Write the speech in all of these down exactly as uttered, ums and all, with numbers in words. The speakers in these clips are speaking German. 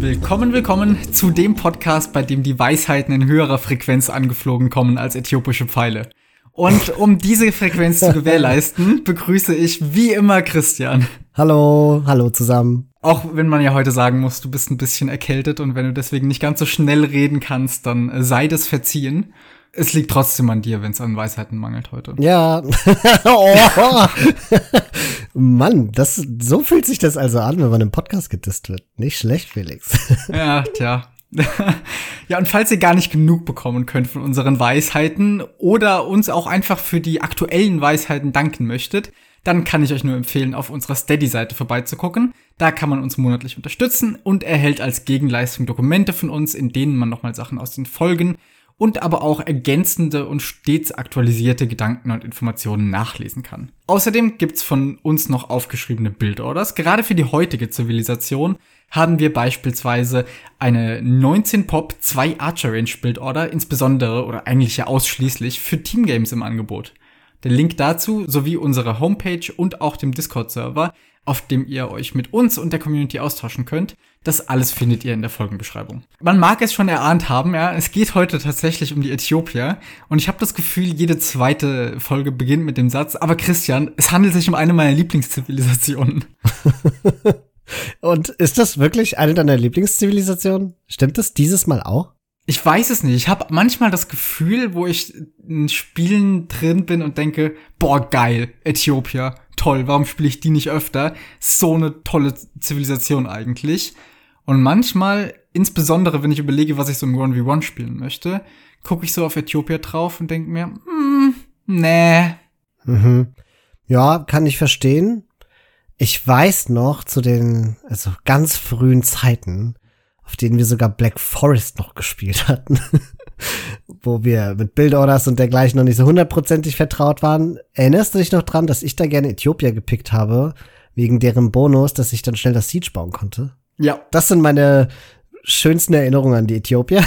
Willkommen, willkommen zu dem Podcast, bei dem die Weisheiten in höherer Frequenz angeflogen kommen als äthiopische Pfeile. Und um diese Frequenz zu gewährleisten, begrüße ich wie immer Christian. Hallo, hallo zusammen. Auch wenn man ja heute sagen muss, du bist ein bisschen erkältet und wenn du deswegen nicht ganz so schnell reden kannst, dann sei das verziehen. Es liegt trotzdem an dir, wenn es an Weisheiten mangelt heute. Ja. Oh. Mann, das, so fühlt sich das also an, wenn man im Podcast gedisst wird. Nicht schlecht, Felix. Ja, tja. Ja, und falls ihr gar nicht genug bekommen könnt von unseren Weisheiten oder uns auch einfach für die aktuellen Weisheiten danken möchtet, dann kann ich euch nur empfehlen, auf unserer Steady-Seite vorbeizugucken. Da kann man uns monatlich unterstützen und erhält als Gegenleistung Dokumente von uns, in denen man nochmal Sachen aus den Folgen und aber auch ergänzende und stets aktualisierte Gedanken und Informationen nachlesen kann. Außerdem gibt's von uns noch aufgeschriebene Build-Orders. Gerade für die heutige Zivilisation haben wir beispielsweise eine neunzehn Pop zwei Archer Range Build-Order, insbesondere oder eigentlich ja ausschließlich für Teamgames im Angebot. Der Link dazu sowie unsere Homepage und auch dem Discord-Server, auf dem ihr euch mit uns und der Community austauschen könnt. Das alles findet ihr in der Folgenbeschreibung. Man mag es schon erahnt haben, ja, es geht heute tatsächlich um die Äthiopier. Und ich habe das Gefühl, jede zweite Folge beginnt mit dem Satz, aber Christian, es handelt sich um eine meiner Lieblingszivilisationen. Und ist das wirklich eine deiner Lieblingszivilisationen? Stimmt das dieses Mal auch? Ich weiß es nicht. Ich habe manchmal das Gefühl, wo ich in Spielen drin bin und denke, boah, geil, Äthiopier, toll, warum spiele ich die nicht öfter? So eine tolle Zivilisation eigentlich. Und manchmal, insbesondere wenn ich überlege, was ich so im eins gegen eins spielen möchte, gucke ich so auf Äthiopier drauf und denke mir, hm, nee. Mhm. Ja, kann ich verstehen. Ich weiß noch zu den also ganz frühen Zeiten, auf denen wir sogar Black Forest noch gespielt hatten, wo wir mit Build-Orders und dergleichen noch nicht so hundertprozentig vertraut waren. Erinnerst du dich noch dran, dass ich da gerne Äthiopier gepickt habe, wegen deren Bonus, dass ich dann schnell das Siege bauen konnte? Ja. Das sind meine schönsten Erinnerungen an die Äthiopier.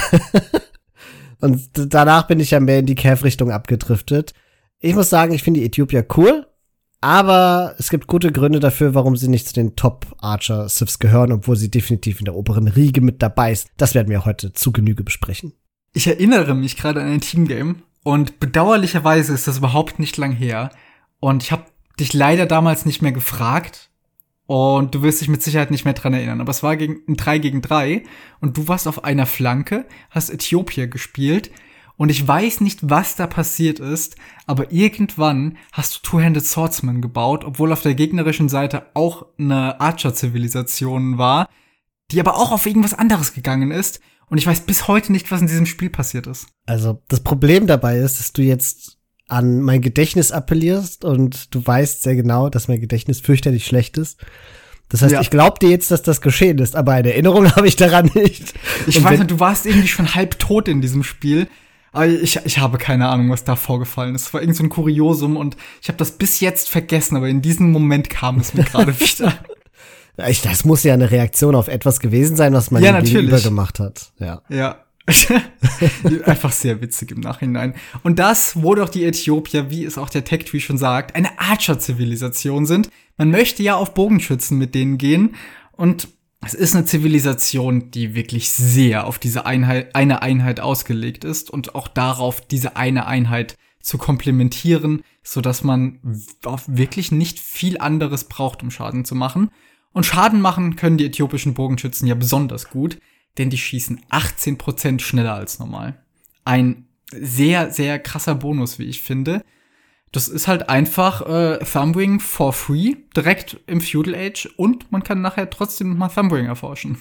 Und danach bin ich ja mehr in die Cav-Richtung abgedriftet. Ich muss sagen, ich finde die Äthiopier cool, aber es gibt gute Gründe dafür, warum sie nicht zu den Top-Archer-Civs gehören, obwohl sie definitiv in der oberen Riege mit dabei ist. Das werden wir heute zu Genüge besprechen. Ich erinnere mich gerade an ein Teamgame und bedauerlicherweise ist das überhaupt nicht lang her. Und ich habe dich leider damals nicht mehr gefragt und du wirst dich mit Sicherheit nicht mehr dran erinnern. Aber es war gegen ein drei gegen drei und du warst auf einer Flanke, hast Äthiopier gespielt. Und ich weiß nicht, was da passiert ist, aber irgendwann hast du Two-Handed Swordsman gebaut, obwohl auf der gegnerischen Seite auch eine Archer-Zivilisation war, die aber auch auf irgendwas anderes gegangen ist. Und ich weiß bis heute nicht, was in diesem Spiel passiert ist. Also das Problem dabei ist, dass du jetzt an mein Gedächtnis appellierst und du weißt sehr genau, dass mein Gedächtnis fürchterlich schlecht ist. Das heißt, ja. Ich glaub dir jetzt, dass das geschehen ist, aber eine Erinnerung habe ich daran nicht. Ich und weiß nicht, du warst irgendwie schon halb tot in diesem Spiel. Aber ich, ich habe keine Ahnung, was da vorgefallen ist. Es war irgend so ein Kuriosum und ich habe das bis jetzt vergessen, aber in diesem Moment kam es mir gerade wieder. Ich, das muss ja eine Reaktion auf etwas gewesen sein, was man ja, gegenüber gemacht hat. Ja. Ja. Einfach sehr witzig im Nachhinein. Und das, wo doch die Äthiopier, wie es auch der Tech-Tree schon sagt, eine Archer-Zivilisation sind. Man möchte ja auf Bogenschützen mit denen gehen und es ist eine Zivilisation, die wirklich sehr auf diese Einheit, eine Einheit ausgelegt ist und auch darauf, diese eine Einheit zu komplementieren, so dass man wirklich nicht viel anderes braucht, um Schaden zu machen. Und Schaden machen können die äthiopischen Bogenschützen ja besonders gut, denn die schießen achtzehn Prozent schneller als normal. Ein sehr, sehr krasser Bonus, wie ich finde. Das ist halt einfach äh, Thumbwing for free, direkt im Feudal Age und man kann nachher trotzdem mal Thumbwing erforschen.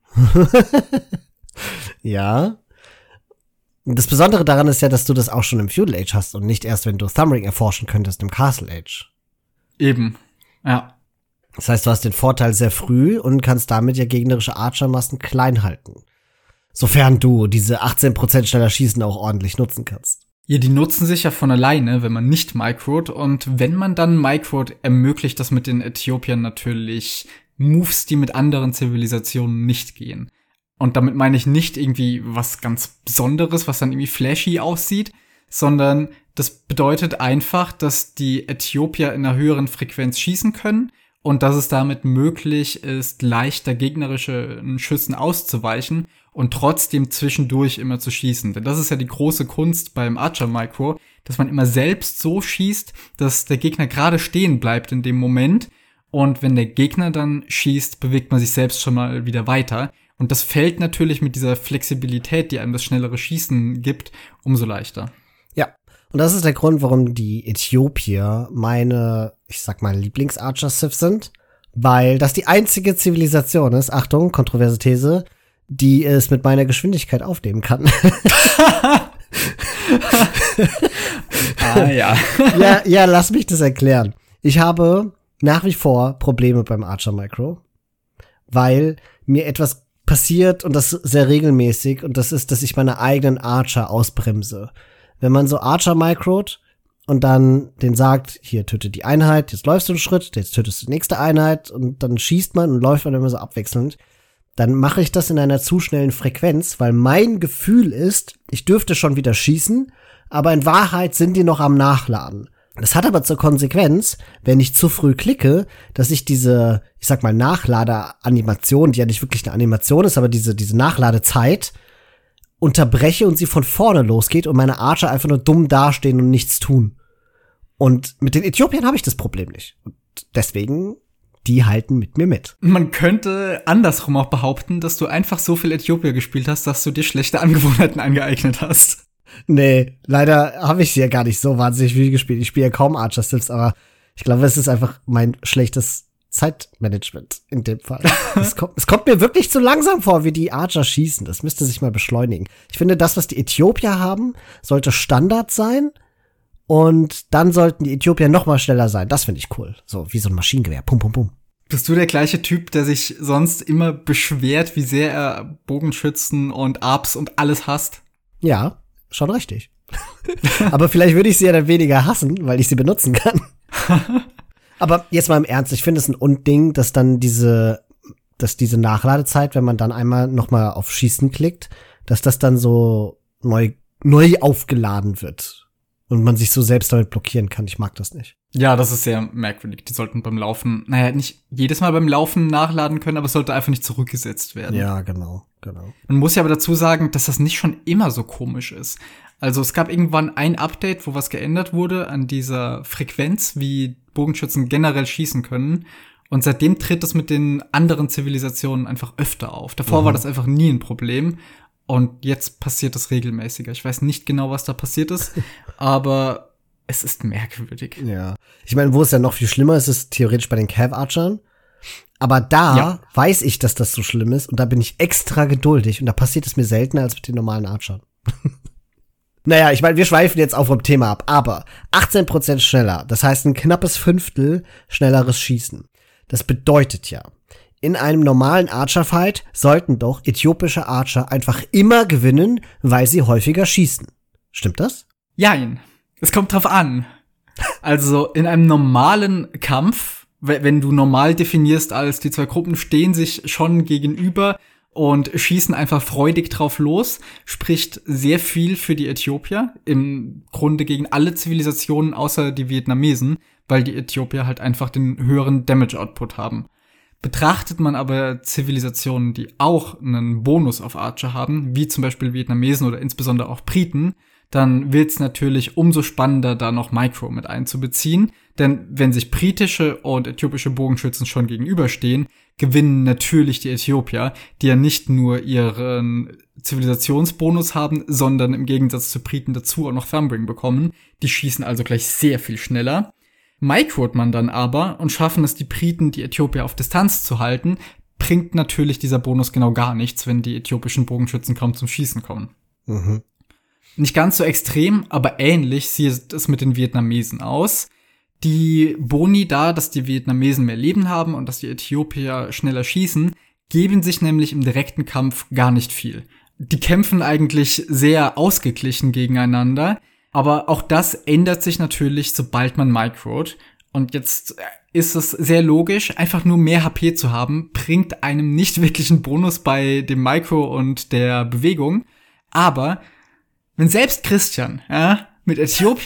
Ja. Das Besondere daran ist ja, dass du das auch schon im Feudal Age hast und nicht erst, wenn du Thumbwing erforschen könntest im Castle Age. Eben, ja. Das heißt, du hast den Vorteil sehr früh und kannst damit ja gegnerische Archermassen klein halten. Sofern du diese achtzehn Prozent schneller Schießen auch ordentlich nutzen kannst. Ja, die nutzen sich ja von alleine, wenn man nicht microt. Und wenn man dann microt, ermöglicht das mit den Äthiopiern natürlich Moves, die mit anderen Zivilisationen nicht gehen. Und damit meine ich nicht irgendwie was ganz Besonderes, was dann irgendwie flashy aussieht, sondern das bedeutet einfach, dass die Äthiopier in einer höheren Frequenz schießen können und dass es damit möglich ist, leichter gegnerischen Schüssen auszuweichen und trotzdem zwischendurch immer zu schießen. Denn das ist ja die große Kunst beim Archer Micro, dass man immer selbst so schießt, dass der Gegner gerade stehen bleibt in dem Moment. Und wenn der Gegner dann schießt, bewegt man sich selbst schon mal wieder weiter. Und das fällt natürlich mit dieser Flexibilität, die einem das schnellere Schießen gibt, umso leichter. Ja, und das ist der Grund, warum die Äthiopier meine, ich sag mal, Lieblings-Archer-Civ sind. Weil das die einzige Zivilisation ist, Achtung, kontroverse These, die es mit meiner Geschwindigkeit aufnehmen kann. ah, ja. ja. Ja, lass mich das erklären. Ich habe nach wie vor Probleme beim Archer Micro, weil mir etwas passiert und das sehr regelmäßig und das ist, dass ich meine eigenen Archer ausbremse. Wenn man so Archer microt und dann den sagt, hier töte die Einheit, jetzt läufst du einen Schritt, jetzt tötest du die nächste Einheit und dann schießt man und läuft man immer so abwechselnd, dann mache ich das in einer zu schnellen Frequenz, weil mein Gefühl ist, ich dürfte schon wieder schießen, aber in Wahrheit sind die noch am Nachladen. Das hat aber zur Konsequenz, wenn ich zu früh klicke, dass ich diese, ich sag mal, Nachladeanimation, die ja nicht wirklich eine Animation ist, aber diese, diese Nachladezeit unterbreche und sie von vorne losgeht und meine Archer einfach nur dumm dastehen und nichts tun. Und mit den Äthiopiern habe ich das Problem nicht. Und deswegen, die halten mit mir mit. Man könnte andersrum auch behaupten, dass du einfach so viel Äthiopier gespielt hast, dass du dir schlechte Angewohnheiten angeeignet hast. Nee, leider habe ich sie ja gar nicht so wahnsinnig viel gespielt. Ich spiele ja kaum Archer-Civ, aber ich glaube, es ist einfach mein schlechtes Zeitmanagement in dem Fall. es, kommt, es kommt mir wirklich zu langsam vor, wie die Archer schießen. Das müsste sich mal beschleunigen. Ich finde, das, was die Äthiopier haben, sollte Standard sein. Und dann sollten die Äthiopier noch mal schneller sein. Das finde ich cool. So wie so ein Maschinengewehr. Pum, pum, pum. Bist du der gleiche Typ, der sich sonst immer beschwert, wie sehr er Bogenschützen und Arps und alles hasst? Ja. Schon richtig. Aber vielleicht würde ich sie ja dann weniger hassen, weil ich sie benutzen kann. Aber jetzt mal im Ernst, ich finde es ein Unding, dass dann diese, dass diese Nachladezeit, wenn man dann einmal noch mal auf Schießen klickt, dass das dann so neu, neu aufgeladen wird. Und man sich so selbst damit blockieren kann. Ich mag das nicht. Ja, das ist sehr merkwürdig. Die sollten beim Laufen, naja, nicht jedes Mal beim Laufen nachladen können, aber es sollte einfach nicht zurückgesetzt werden. Ja, genau, genau. Man muss ja aber dazu sagen, dass das nicht schon immer so komisch ist. Also es gab irgendwann ein Update, wo was geändert wurde an dieser Frequenz, wie Bogenschützen generell schießen können. Und seitdem tritt es mit den anderen Zivilisationen einfach öfter auf. Davor mhm. war das einfach nie ein Problem. Und jetzt passiert das regelmäßiger. Ich weiß nicht genau, was da passiert ist, aber es ist merkwürdig. Ja. Ich meine, wo es ja noch viel schlimmer ist, ist theoretisch bei den Cav-Archern. Aber da ja. weiß ich, dass das so schlimm ist und da bin ich extra geduldig und da passiert es mir seltener als mit den normalen Archern. Naja, ich meine, wir schweifen jetzt auch vom Thema ab, aber achtzehn Prozent schneller, das heißt ein knappes Fünftel schnelleres Schießen. Das bedeutet ja, in einem normalen Archer-Fight sollten doch äthiopische Archer einfach immer gewinnen, weil sie häufiger schießen. Stimmt das? Jein. Es kommt drauf an. Also in einem normalen Kampf, wenn du normal definierst als die zwei Gruppen stehen sich schon gegenüber und schießen einfach freudig drauf los, spricht sehr viel für die Äthiopier. Im Grunde gegen alle Zivilisationen außer die Vietnamesen, weil die Äthiopier halt einfach den höheren Damage-Output haben. Betrachtet man aber Zivilisationen, die auch einen Bonus auf Archer haben, wie zum Beispiel Vietnamesen oder insbesondere auch Briten, dann wird's natürlich umso spannender, da noch Micro mit einzubeziehen. Denn wenn sich britische und äthiopische Bogenschützen schon gegenüberstehen, gewinnen natürlich die Äthiopier, die ja nicht nur ihren Zivilisationsbonus haben, sondern im Gegensatz zu Briten dazu auch noch Thumbring bekommen. Die schießen also gleich sehr viel schneller. Microt man dann aber und schaffen es die Briten, die Äthiopier auf Distanz zu halten, bringt natürlich dieser Bonus genau gar nichts, wenn die äthiopischen Bogenschützen kaum zum Schießen kommen. Mhm. Nicht ganz so extrem, aber ähnlich sieht es mit den Vietnamesen aus. Die Boni da, dass die Vietnamesen mehr Leben haben und dass die Äthiopier schneller schießen, geben sich nämlich im direkten Kampf gar nicht viel. Die kämpfen eigentlich sehr ausgeglichen gegeneinander, aber auch das ändert sich natürlich, sobald man microt. Und jetzt ist es sehr logisch, einfach nur mehr H P zu haben, bringt einem nicht wirklich einen Bonus bei dem Micro und der Bewegung. Aber wenn selbst Christian ja, mit Äthiopiern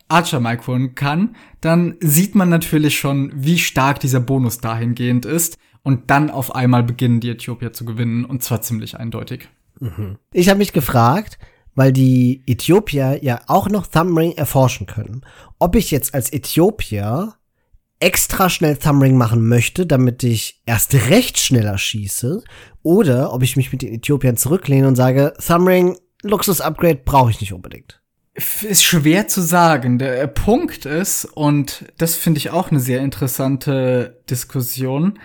Archer microen kann, dann sieht man natürlich schon, wie stark dieser Bonus dahingehend ist. Und dann auf einmal beginnen die Äthiopier zu gewinnen, und zwar ziemlich eindeutig. Mhm. Ich habe mich gefragt, weil die Äthiopier ja auch noch Thumbring erforschen können, ob ich jetzt als Äthiopier extra schnell Thumbring machen möchte, damit ich erst recht schneller schieße, oder ob ich mich mit den Äthiopiern zurücklehne und sage, Thumbring, Luxus-Upgrade brauche ich nicht unbedingt. Ist schwer zu sagen. Der Punkt ist, und das finde ich auch eine sehr interessante Diskussion,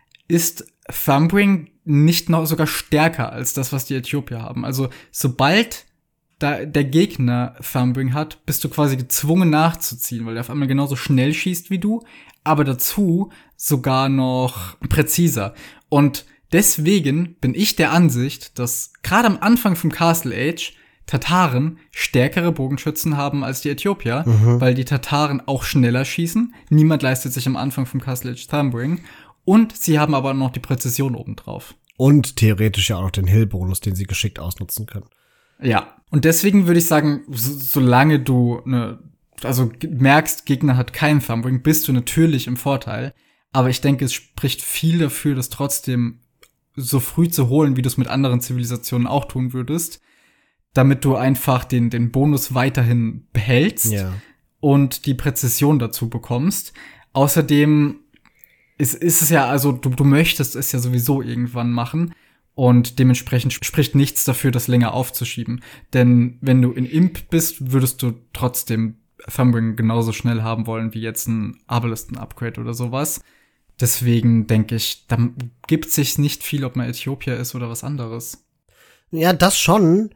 ist Thumbring nicht noch sogar stärker als das, was die Äthiopier haben. Also sobald da der Gegner Thumbring hat, bist du quasi gezwungen nachzuziehen, weil der auf einmal genauso schnell schießt wie du, aber dazu sogar noch präziser. Und deswegen bin ich der Ansicht, dass gerade am Anfang vom Castle Age Tataren stärkere Bogenschützen haben als die Äthiopier, mhm. weil die Tataren auch schneller schießen. Niemand leistet sich am Anfang vom Castle Age Thumbring. Und sie haben aber noch die Präzision obendrauf. Und theoretisch ja auch noch den Hill-Bonus, den sie geschickt ausnutzen können. Ja, und deswegen würde ich sagen, so, solange du ne, also merkst, Gegner hat keinen Thumbring, bist du natürlich im Vorteil. Aber ich denke, es spricht viel dafür, das trotzdem so früh zu holen, wie du es mit anderen Zivilisationen auch tun würdest, damit du einfach den, den Bonus weiterhin behältst ja. und die Präzision dazu bekommst. Außerdem ist, ist es ja, also du, du möchtest es ja sowieso irgendwann machen, und dementsprechend spricht nichts dafür, das länger aufzuschieben. Denn wenn du in Imp bist, würdest du trotzdem Thumbring genauso schnell haben wollen wie jetzt ein Abelistan-Upgrade oder sowas. Deswegen denke ich, da gibt sich nicht viel, ob man Äthiopier ist oder was anderes. Ja, das schon,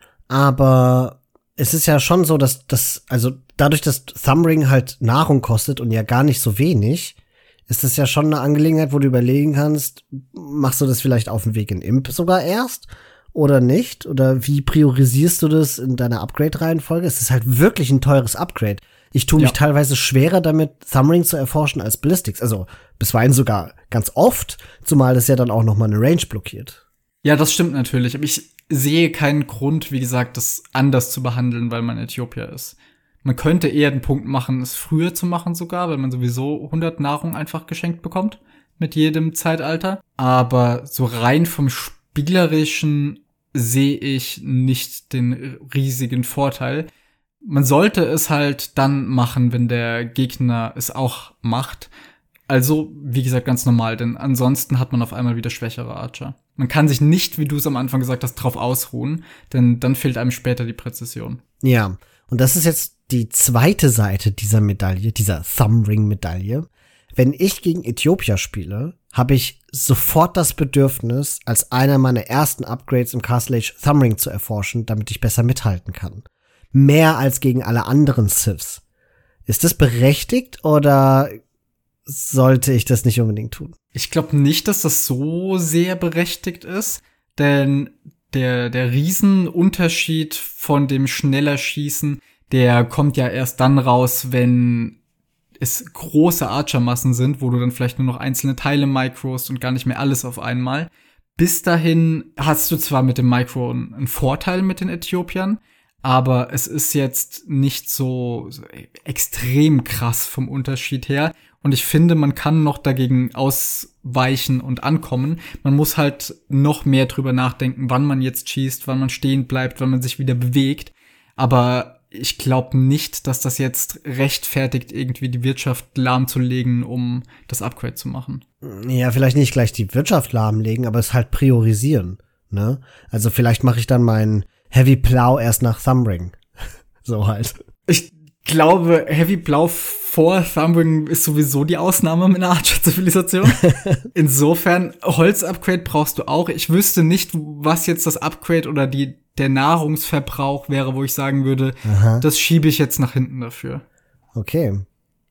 aber es ist ja schon so, dass das, also dadurch, dass Thumbring halt Nahrung kostet und ja gar nicht so wenig, ist das ja schon eine Angelegenheit, wo du überlegen kannst, machst du das vielleicht auf dem Weg in Imp sogar erst oder nicht? Oder wie priorisierst du das in deiner Upgrade-Reihenfolge? Es ist halt wirklich ein teures Upgrade. Ich tue mich ja. teilweise schwerer damit, Thumbring zu erforschen als Ballistics. Also bisweilen sogar ganz oft, zumal das ja dann auch noch mal eine Range blockiert. Ja, das stimmt natürlich. Aber ich sehe keinen Grund, wie gesagt, das anders zu behandeln, weil man Äthiopier ist. Man könnte eher den Punkt machen, es früher zu machen sogar, weil man sowieso hundert Nahrung einfach geschenkt bekommt mit jedem Zeitalter. Aber so rein vom Spielerischen sehe ich nicht den riesigen Vorteil. Man sollte es halt dann machen, wenn der Gegner es auch macht. Also, wie gesagt, ganz normal, denn ansonsten hat man auf einmal wieder schwächere Archer. Man kann sich nicht, wie du es am Anfang gesagt hast, drauf ausruhen, denn dann fehlt einem später die Präzision. Ja, und das ist jetzt die zweite Seite dieser Medaille, dieser Thumbring-Medaille. Wenn ich gegen Äthiopier spiele, habe ich sofort das Bedürfnis, als einer meiner ersten Upgrades im Castle Age Thumbring zu erforschen, damit ich besser mithalten kann. Mehr als gegen alle anderen Civs. Ist das berechtigt oder sollte ich das nicht unbedingt tun? Ich glaube nicht, dass das so sehr berechtigt ist, denn der, der Riesenunterschied von dem schneller Schießen, der kommt ja erst dann raus, wenn es große Archermassen sind, wo du dann vielleicht nur noch einzelne Teile microst und gar nicht mehr alles auf einmal. Bis dahin hast du zwar mit dem Micro einen Vorteil mit den Äthiopiern, aber es ist jetzt nicht so, so extrem krass vom Unterschied her. Und ich finde, man kann noch dagegen ausweichen und ankommen. Man muss halt noch mehr drüber nachdenken, wann man jetzt schießt, wann man stehen bleibt, wann man sich wieder bewegt. Aber ich glaube nicht, dass das jetzt rechtfertigt, irgendwie die Wirtschaft lahmzulegen, um das Upgrade zu machen. Ja, vielleicht nicht gleich die Wirtschaft lahmlegen, aber es halt priorisieren, ne? Also vielleicht mache ich dann meinen Heavy Plow erst nach Thumbring. So halt. Ich glaube, Heavy Plow vor Thumbring ist sowieso die Ausnahme mit einer Archer-Zivilisation. Insofern, Holz-Upgrade brauchst du auch. Ich wüsste nicht, was jetzt das Upgrade oder die der Nahrungsverbrauch wäre, wo ich sagen würde, aha, das schiebe ich jetzt nach hinten dafür. Okay.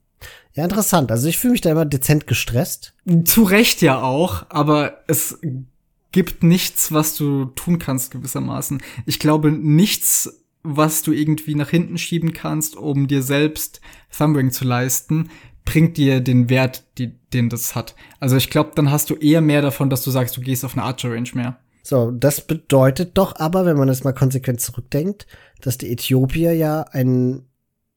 Ja, interessant. Also ich fühle mich da immer dezent gestresst. Zu Recht ja auch, aber es gibt nichts, was du tun kannst gewissermaßen. Ich glaube, nichts, was du irgendwie nach hinten schieben kannst, um dir selbst Thumbring zu leisten, bringt dir den Wert, die, den das hat. Also ich glaube, dann hast du eher mehr davon, dass du sagst, du gehst auf eine Archer-Range mehr. So, das bedeutet doch aber, wenn man das mal konsequent zurückdenkt, dass die Äthiopier ja ein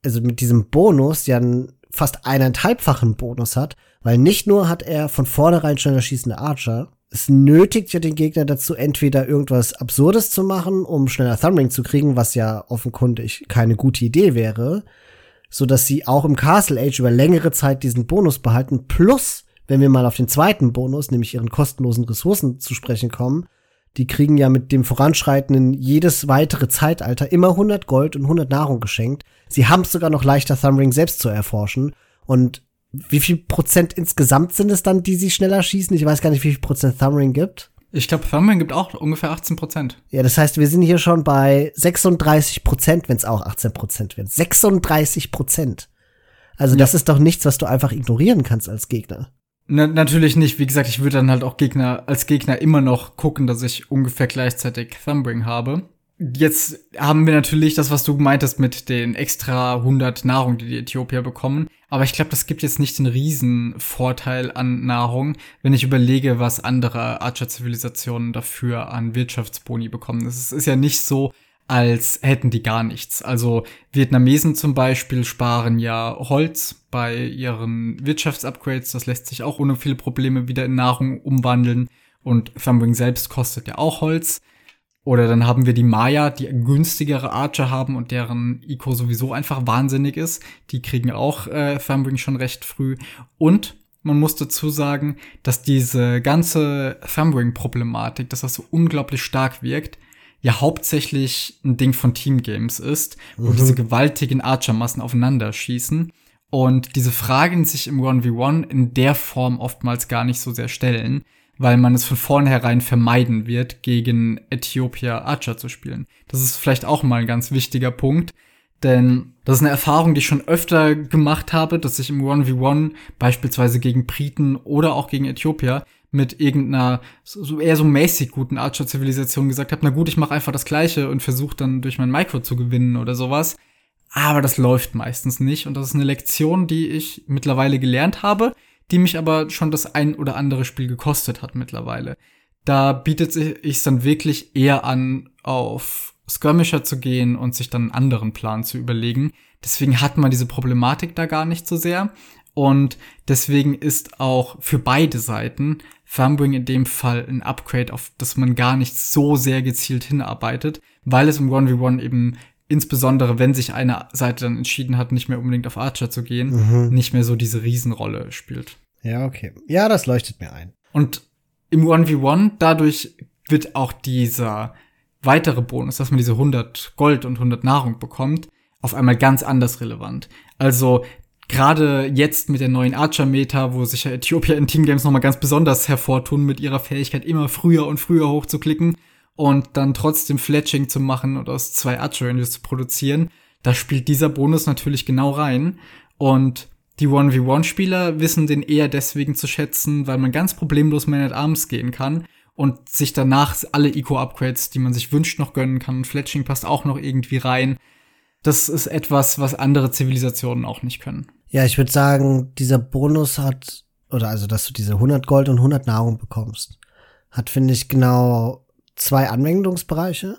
also mit diesem Bonus ja einen fast eineinhalbfachen Bonus hat, weil nicht nur hat er von vornherein schneller schießende Archer, es nötigt ja den Gegner dazu, entweder irgendwas Absurdes zu machen, um schneller Thumbring zu kriegen, was ja offenkundig keine gute Idee wäre, so dass sie auch im Castle Age über längere Zeit diesen Bonus behalten. Plus, wenn wir mal auf den zweiten Bonus, nämlich ihren kostenlosen Ressourcen zu sprechen kommen, die kriegen ja mit dem Voranschreitenden jedes weitere Zeitalter immer hundert Gold und hundert Nahrung geschenkt. Sie haben es sogar noch leichter, Thumbring selbst zu erforschen. Und wie viel Prozent insgesamt sind es dann, die sie schneller schießen? Ich weiß gar nicht, wie viel Prozent Thumbring gibt. Ich glaube, Thumbring gibt auch ungefähr achtzehn Prozent. Ja, das heißt, wir sind hier schon bei sechsunddreißig Prozent, wenn es auch achtzehn Prozent wird. sechsunddreißig Prozent. Also ja. Das ist doch nichts, was du einfach ignorieren kannst als Gegner. Na, natürlich nicht. Wie gesagt, ich würde dann halt auch Gegner als Gegner immer noch gucken, dass ich ungefähr gleichzeitig Thumbring habe. Jetzt haben wir natürlich das, was du meintest mit den extra hundert Nahrung, die die Äthiopier bekommen. Aber ich glaube, das gibt jetzt nicht den riesen Vorteil an Nahrung, wenn ich überlege, was andere Archer-Zivilisationen dafür an Wirtschaftsboni bekommen. Es ist ja nicht so, als hätten die gar nichts. Also Vietnamesen zum Beispiel sparen ja Holz bei ihren Wirtschaftsupgrades. Das lässt sich auch ohne viele Probleme wieder in Nahrung umwandeln. Und Thumbring selbst kostet ja auch Holz. Oder dann haben wir die Maya, die günstigere Archer haben und deren Eco sowieso einfach wahnsinnig ist. Die kriegen auch äh, Thumbring schon recht früh. Und man muss dazu sagen, dass diese ganze Thumbring-Problematik, dass das so unglaublich stark wirkt, ja hauptsächlich ein Ding von Teamgames ist, wo mhm. diese gewaltigen Archer-Massen aufeinander schießen. Und diese Fragen sich im eins gegen eins in der Form oftmals gar nicht so sehr stellen, weil man es von vornherein vermeiden wird, gegen Äthiopier Archer zu spielen. Das ist vielleicht auch mal ein ganz wichtiger Punkt, denn das ist eine Erfahrung, die ich schon öfter gemacht habe, dass ich im eins gegen eins beispielsweise gegen Briten oder auch gegen Äthiopier mit irgendeiner so eher so mäßig guten Archer-Zivilisation gesagt habe, na gut, ich mache einfach das Gleiche und versuche dann durch mein Micro zu gewinnen oder sowas. Aber das läuft meistens nicht und das ist eine Lektion, die ich mittlerweile gelernt habe, die mich aber schon das ein oder andere Spiel gekostet hat mittlerweile. Da bietet es dann wirklich eher an, auf Skirmisher zu gehen und sich dann einen anderen Plan zu überlegen. Deswegen hat man diese Problematik da gar nicht so sehr. Und deswegen ist auch für beide Seiten Thumbring in dem Fall ein Upgrade, auf das man gar nicht so sehr gezielt hinarbeitet, weil es im eins gegen eins eben insbesondere, wenn sich eine Seite dann entschieden hat, nicht mehr unbedingt auf Archer zu gehen, mhm. nicht mehr so diese Riesenrolle spielt. Ja, okay. Ja, das leuchtet mir ein. Und im eins gegen eins, dadurch wird auch dieser weitere Bonus, dass man diese hundert Gold und hundert Nahrung bekommt, auf einmal ganz anders relevant. Also gerade jetzt mit der neuen Archer-Meta, wo sich ja Äthiopier in Teamgames nochmal ganz besonders hervortun, mit ihrer Fähigkeit immer früher und früher hochzuklicken und dann trotzdem Fletching zu machen und aus zwei Archer-Ranges zu produzieren, da spielt dieser Bonus natürlich genau rein. Und die eins gegen eins Spieler wissen den eher deswegen zu schätzen, weil man ganz problemlos Man at Arms gehen kann und sich danach alle Eco-Upgrades, die man sich wünscht, noch gönnen kann. Und Fletching passt auch noch irgendwie rein. Das ist etwas, was andere Zivilisationen auch nicht können. Ja, ich würde sagen, dieser Bonus hat, oder also, dass du diese hundert Gold und hundert Nahrung bekommst, hat, finde ich, genau zwei Anwendungsbereiche.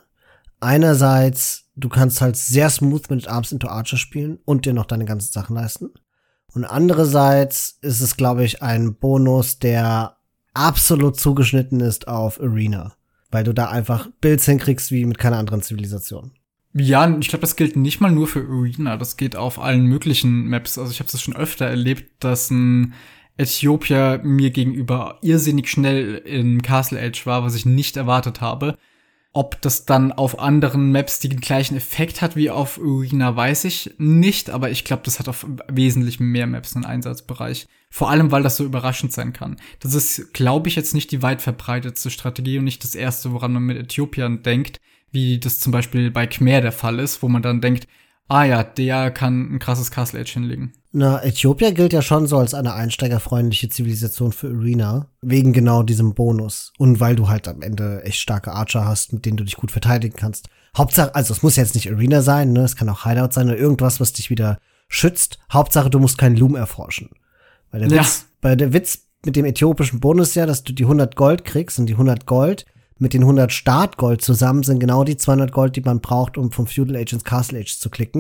Einerseits, du kannst halt sehr smooth mit Arms into Archer spielen und dir noch deine ganzen Sachen leisten. Und andererseits ist es, glaube ich, ein Bonus, der absolut zugeschnitten ist auf Arena, weil du da einfach Builds hinkriegst wie mit keiner anderen Zivilisation. Ja, ich glaube, das gilt nicht mal nur für Arena, das geht auf allen möglichen Maps. Also ich habe das schon öfter erlebt, dass ein Äthiopier mir gegenüber irrsinnig schnell in Castle Age war, was ich nicht erwartet habe. Ob das dann auf anderen Maps den gleichen Effekt hat wie auf Arena, weiß ich nicht, aber ich glaube, das hat auf wesentlich mehr Maps einen Einsatzbereich. Vor allem, weil das so überraschend sein kann. Das ist, glaube ich, jetzt nicht die weit verbreitetste Strategie und nicht das erste, woran man mit Äthiopiern denkt, wie das zum Beispiel bei Khmer der Fall ist, wo man dann denkt, ah ja, der kann ein krasses Castle Age hinlegen. Na, Äthiopia gilt ja schon so als eine einsteigerfreundliche Zivilisation für Arena, wegen genau diesem Bonus. Und weil du halt am Ende echt starke Archer hast, mit denen du dich gut verteidigen kannst. Hauptsache, also es muss jetzt nicht Arena sein, ne? Es kann auch Hideout sein oder irgendwas, was dich wieder schützt. Hauptsache, du musst keinen Loom erforschen. Weil der ja. Witz, bei der Witz mit dem äthiopischen Bonus ja, dass du die hundert Gold kriegst und die hundert Gold mit den hundert Startgold zusammen sind genau die zweihundert Gold, die man braucht, um vom Feudal Age ins Castle Age zu klicken.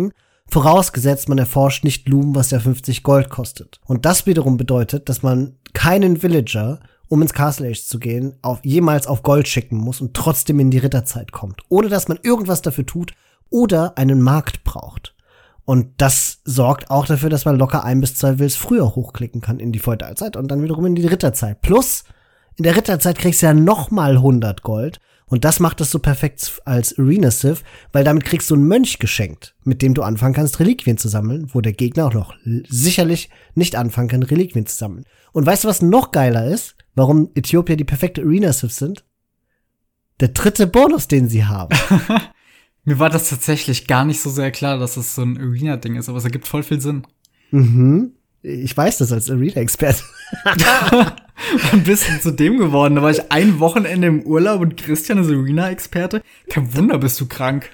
Vorausgesetzt, man erforscht nicht Loom, was ja fünfzig Gold kostet. Und das wiederum bedeutet, dass man keinen Villager, um ins Castle Age zu gehen, auf, jemals auf Gold schicken muss und trotzdem in die Ritterzeit kommt. Ohne dass man irgendwas dafür tut oder einen Markt braucht. Und das sorgt auch dafür, dass man locker ein bis zwei Wills früher hochklicken kann in die Feudalzeit und dann wiederum in die Ritterzeit. Plus, in der Ritterzeit kriegst du ja noch mal hundert Gold. Und das macht es so perfekt als Arena-Civ, weil damit kriegst du einen Mönch geschenkt, mit dem du anfangen kannst, Reliquien zu sammeln, wo der Gegner auch noch sicherlich nicht anfangen kann, Reliquien zu sammeln. Und weißt du, was noch geiler ist? Warum Äthiopier die perfekte Arena-Civs sind? Der dritte Bonus, den sie haben. Mir war das tatsächlich gar nicht so sehr klar, dass das so ein Arena-Ding ist, aber es ergibt voll viel Sinn. Mhm. Ich weiß das als Arena-Experte. Ein bisschen zu dem geworden. Da war ich ein Wochenende im Urlaub und Christian ist Arena-Experte. Kein Wunder, bist du krank.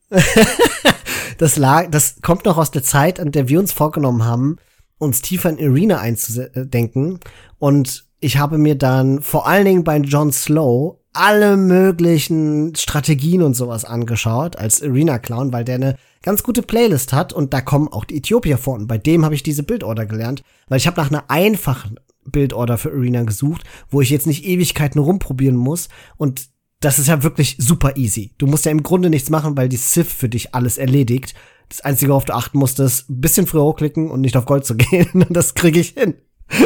Das lag, das kommt noch aus der Zeit, an der wir uns vorgenommen haben, uns tiefer in Arena einzudenken. Und ich habe mir dann vor allen Dingen bei John Slow alle möglichen Strategien und sowas angeschaut als Arena-Clown, weil der eine ganz gute Playlist hat und da kommen auch die Äthiopier vor. Und bei dem habe ich diese Bildorder gelernt, weil ich habe nach einer einfachen Bildorder für Arena gesucht, wo ich jetzt nicht Ewigkeiten rumprobieren muss. Und das ist ja wirklich super easy. Du musst ja im Grunde nichts machen, weil die Civ für dich alles erledigt. Das Einzige, worauf du achten musst, ist ein bisschen früher hochklicken und nicht auf Gold zu gehen. Und das kriege ich hin.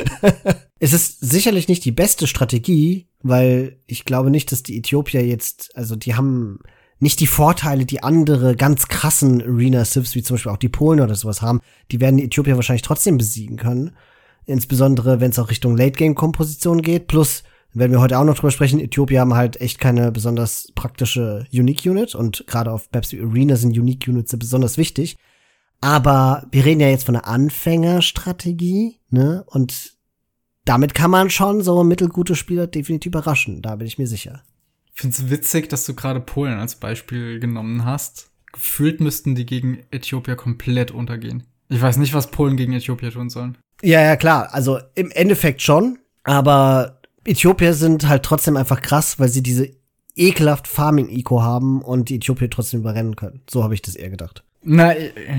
Es ist sicherlich nicht die beste Strategie, weil ich glaube nicht, dass die Äthiopier jetzt, also die haben nicht die Vorteile, die andere ganz krassen Arena-Civs, wie zum Beispiel auch die Polen oder sowas haben. Die werden die Äthiopier wahrscheinlich trotzdem besiegen können. Insbesondere, wenn es auch Richtung Late-Game-Komposition geht. Plus, werden wir heute auch noch drüber sprechen, Äthiopier haben halt echt keine besonders praktische Unique-Unit. Und gerade auf Maps wie Arena sind Unique-Units besonders wichtig. Aber wir reden ja jetzt von einer Anfängerstrategie, ne? Und damit kann man schon so mittelgute Spieler definitiv überraschen. Da bin ich mir sicher. Ich find's witzig, dass du gerade Polen als Beispiel genommen hast. Gefühlt müssten die gegen Äthiopier komplett untergehen. Ich weiß nicht, was Polen gegen Äthiopier tun sollen. Ja, ja, klar. Also im Endeffekt schon. Aber Äthiopier sind halt trotzdem einfach krass, weil sie diese ekelhaft Farming-Eco haben und die Äthiopier trotzdem überrennen können. So habe ich das eher gedacht. Na,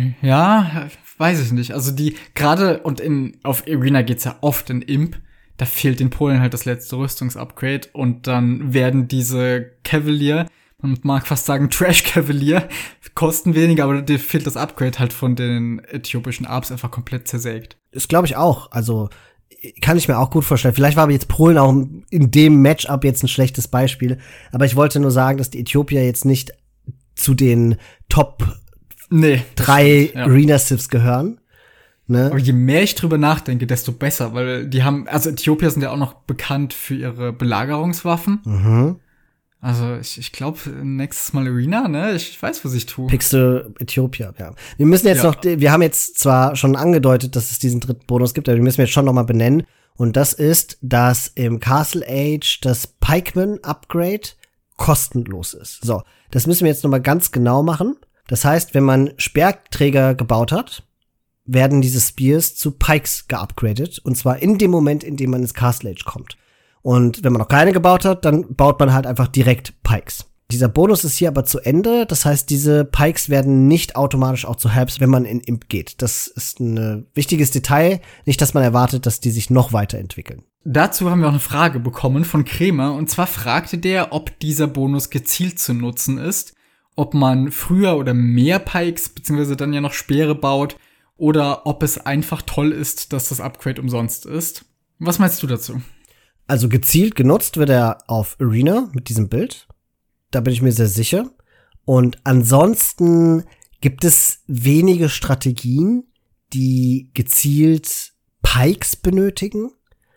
ja, weiß ich nicht. Also die, gerade und in, auf Arena geht's ja oft in Imp, da fehlt den Polen halt das letzte Rüstungsupgrade und dann werden diese Cavalier, man mag fast sagen Trash Cavalier, kosten weniger, aber dir fehlt das Upgrade halt von den äthiopischen Arps einfach komplett zersägt. Das glaube ich auch. Also kann ich mir auch gut vorstellen. Vielleicht war aber jetzt Polen auch in dem Matchup jetzt ein schlechtes Beispiel, aber ich wollte nur sagen, dass die Äthiopier jetzt nicht zu den Top Nee, drei stimmt, ja. Arena-Civs gehören. Ne? Aber je mehr ich drüber nachdenke, desto besser, weil die haben, also Äthiopier sind ja auch noch bekannt für ihre Belagerungswaffen. Mhm. Also ich, ich glaube, nächstes Mal Arena, ne? Ich weiß, was ich tue. Pickst du Äthiopier, ja. Wir müssen jetzt ja. noch, wir haben jetzt zwar schon angedeutet, dass es diesen dritten Bonus gibt, aber wir müssen jetzt schon noch mal benennen. Und das ist, dass im Castle Age das Pikeman-Upgrade kostenlos ist. So, das müssen wir jetzt noch mal ganz genau machen. Das heißt, wenn man Speerträger gebaut hat, werden diese Spears zu Pikes geupgradet. Und zwar in dem Moment, in dem man ins Castle Age kommt. Und wenn man noch keine gebaut hat, dann baut man halt einfach direkt Pikes. Dieser Bonus ist hier aber zu Ende. Das heißt, diese Pikes werden nicht automatisch auch zu Helps, wenn man in Imp geht. Das ist ein wichtiges Detail. Nicht, dass man erwartet, dass die sich noch weiterentwickeln. Dazu haben wir auch eine Frage bekommen von Kremer. Und zwar fragte der, ob dieser Bonus gezielt zu nutzen ist. Ob man früher oder mehr Pikes, beziehungsweise dann ja noch Speere baut, oder ob es einfach toll ist, dass das Upgrade umsonst ist. Was meinst du dazu? Also gezielt genutzt wird er auf Arena mit diesem Bild. Da bin ich mir sehr sicher. Und ansonsten gibt es wenige Strategien, die gezielt Pikes benötigen,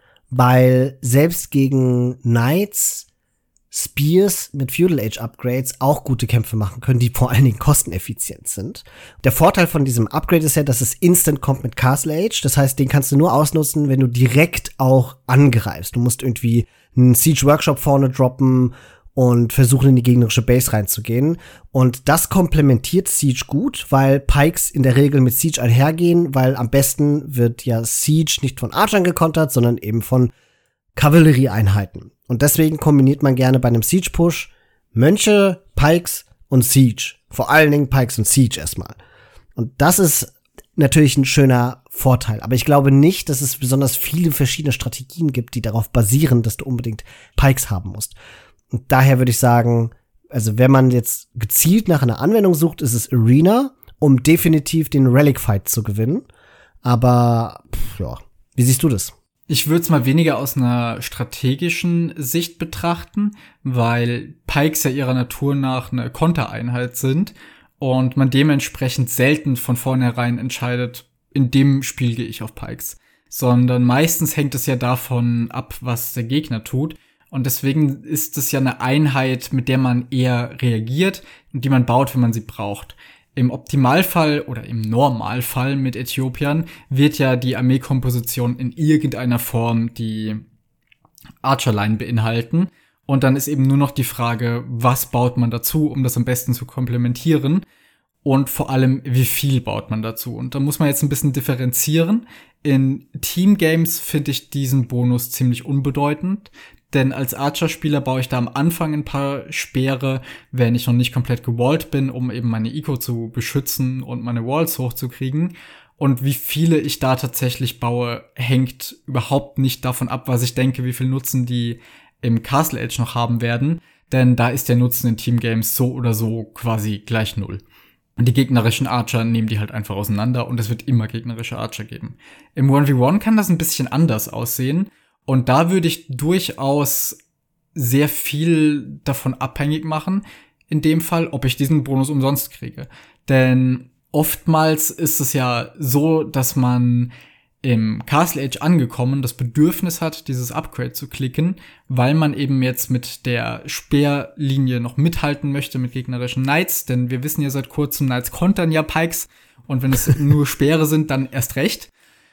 weil selbst gegen Knights Spears mit Feudal Age Upgrades auch gute Kämpfe machen können, die vor allen Dingen kosteneffizient sind. Der Vorteil von diesem Upgrade ist ja, dass es instant kommt mit Castle Age. Das heißt, den kannst du nur ausnutzen, wenn du direkt auch angreifst. Du musst irgendwie einen Siege Workshop vorne droppen und versuchen, in die gegnerische Base reinzugehen. Und das komplementiert Siege gut, weil Pikes in der Regel mit Siege einhergehen, weil am besten wird ja Siege nicht von Archern gekontert, sondern eben von Kavallerieeinheiten. Und deswegen kombiniert man gerne bei einem Siege-Push Mönche, Pikes und Siege. Vor allen Dingen Pikes und Siege erstmal. Und das ist natürlich ein schöner Vorteil. Aber ich glaube nicht, dass es besonders viele verschiedene Strategien gibt, die darauf basieren, dass du unbedingt Pikes haben musst. Und daher würde ich sagen, also wenn man jetzt gezielt nach einer Anwendung sucht, ist es Arena, um definitiv den Relic Fight zu gewinnen. Aber, pff, ja, wie siehst du das? Ich würde es mal weniger aus einer strategischen Sicht betrachten, weil Pikes ja ihrer Natur nach eine Kontereinheit sind und man dementsprechend selten von vornherein entscheidet, in dem Spiel gehe ich auf Pikes. Sondern meistens hängt es ja davon ab, was der Gegner tut. Und deswegen ist es ja eine Einheit, mit der man eher reagiert und die man baut, wenn man sie braucht. Im Optimalfall oder im Normalfall mit Äthiopiern wird ja die Armeekomposition in irgendeiner Form die Archerline beinhalten. Und dann ist eben nur noch die Frage, was baut man dazu, um das am besten zu komplementieren. Und vor allem, wie viel baut man dazu? Und da muss man jetzt ein bisschen differenzieren. In Teamgames finde ich diesen Bonus ziemlich unbedeutend. Denn als Archer-Spieler baue ich da am Anfang ein paar Speere, wenn ich noch nicht komplett gewallt bin, um eben meine Eco zu beschützen und meine Walls hochzukriegen. Und wie viele ich da tatsächlich baue, hängt überhaupt nicht davon ab, was ich denke, wie viel Nutzen die im Castle Age noch haben werden. Denn da ist der Nutzen in Teamgames so oder so quasi gleich null. Und die gegnerischen Archer nehmen die halt einfach auseinander und es wird immer gegnerische Archer geben. Im eins gegen eins kann das ein bisschen anders aussehen. Und da würde ich durchaus sehr viel davon abhängig machen, in dem Fall, ob ich diesen Bonus umsonst kriege. Denn oftmals ist es ja so, dass man im Castle Age angekommen das Bedürfnis hat, dieses Upgrade zu klicken, weil man eben jetzt mit der Speerlinie noch mithalten möchte mit gegnerischen Knights. Denn wir wissen ja seit kurzem, Knights kontern ja Pikes. Und wenn es nur Speere sind, dann erst recht.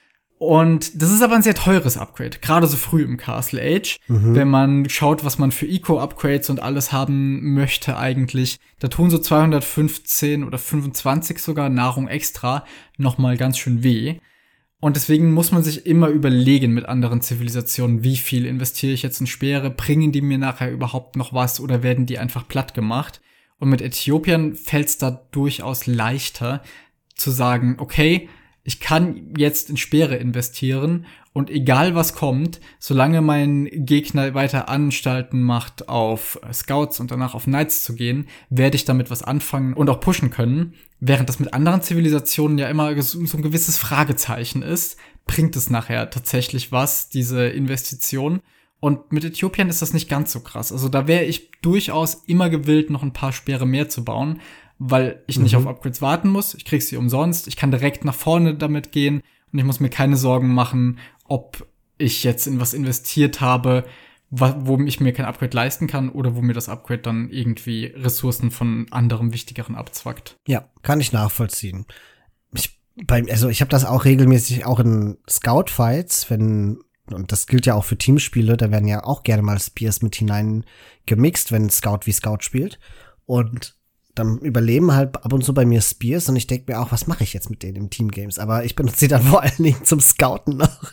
Und das ist aber ein sehr teures Upgrade, gerade so früh im Castle Age. Mhm. Wenn man schaut, was man für Eco-Upgrades und alles haben möchte eigentlich, da tun so zweihundertfünfzehn oder fünfundzwanzig sogar Nahrung extra noch mal ganz schön weh. Und deswegen muss man sich immer überlegen mit anderen Zivilisationen, wie viel investiere ich jetzt in Speere, bringen die mir nachher überhaupt noch was oder werden die einfach platt gemacht? Und mit Äthiopiern fällt es da durchaus leichter zu sagen, okay, ich kann jetzt in Speere investieren und egal was kommt, solange mein Gegner weiter Anstalten macht, auf Scouts und danach auf Knights zu gehen, werde ich damit was anfangen und auch pushen können. Während das mit anderen Zivilisationen ja immer so ein gewisses Fragezeichen ist, bringt es nachher tatsächlich was, diese Investition. Und mit Äthiopien ist das nicht ganz so krass. Also da wäre ich durchaus immer gewillt, noch ein paar Speere mehr zu bauen, weil ich nicht mhm. auf Upgrades warten muss. Ich krieg sie umsonst. Ich kann direkt nach vorne damit gehen und ich muss mir keine Sorgen machen, ob ich jetzt in was investiert habe, wo ich mir kein Upgrade leisten kann oder wo mir das Upgrade dann irgendwie Ressourcen von anderem Wichtigeren abzwackt. Ja, kann ich nachvollziehen. Ich, bei, also ich habe das auch regelmäßig auch in Scout-Fights, wenn, und das gilt ja auch für Teamspiele, da werden ja auch gerne mal Spears mit hinein gemixt, wenn Scout wie Scout spielt. Und dann überleben halt ab und zu bei mir Spears und ich denke mir auch, was mache ich jetzt mit denen im Teamgames? Aber ich benutze sie dann vor allen Dingen zum Scouten noch.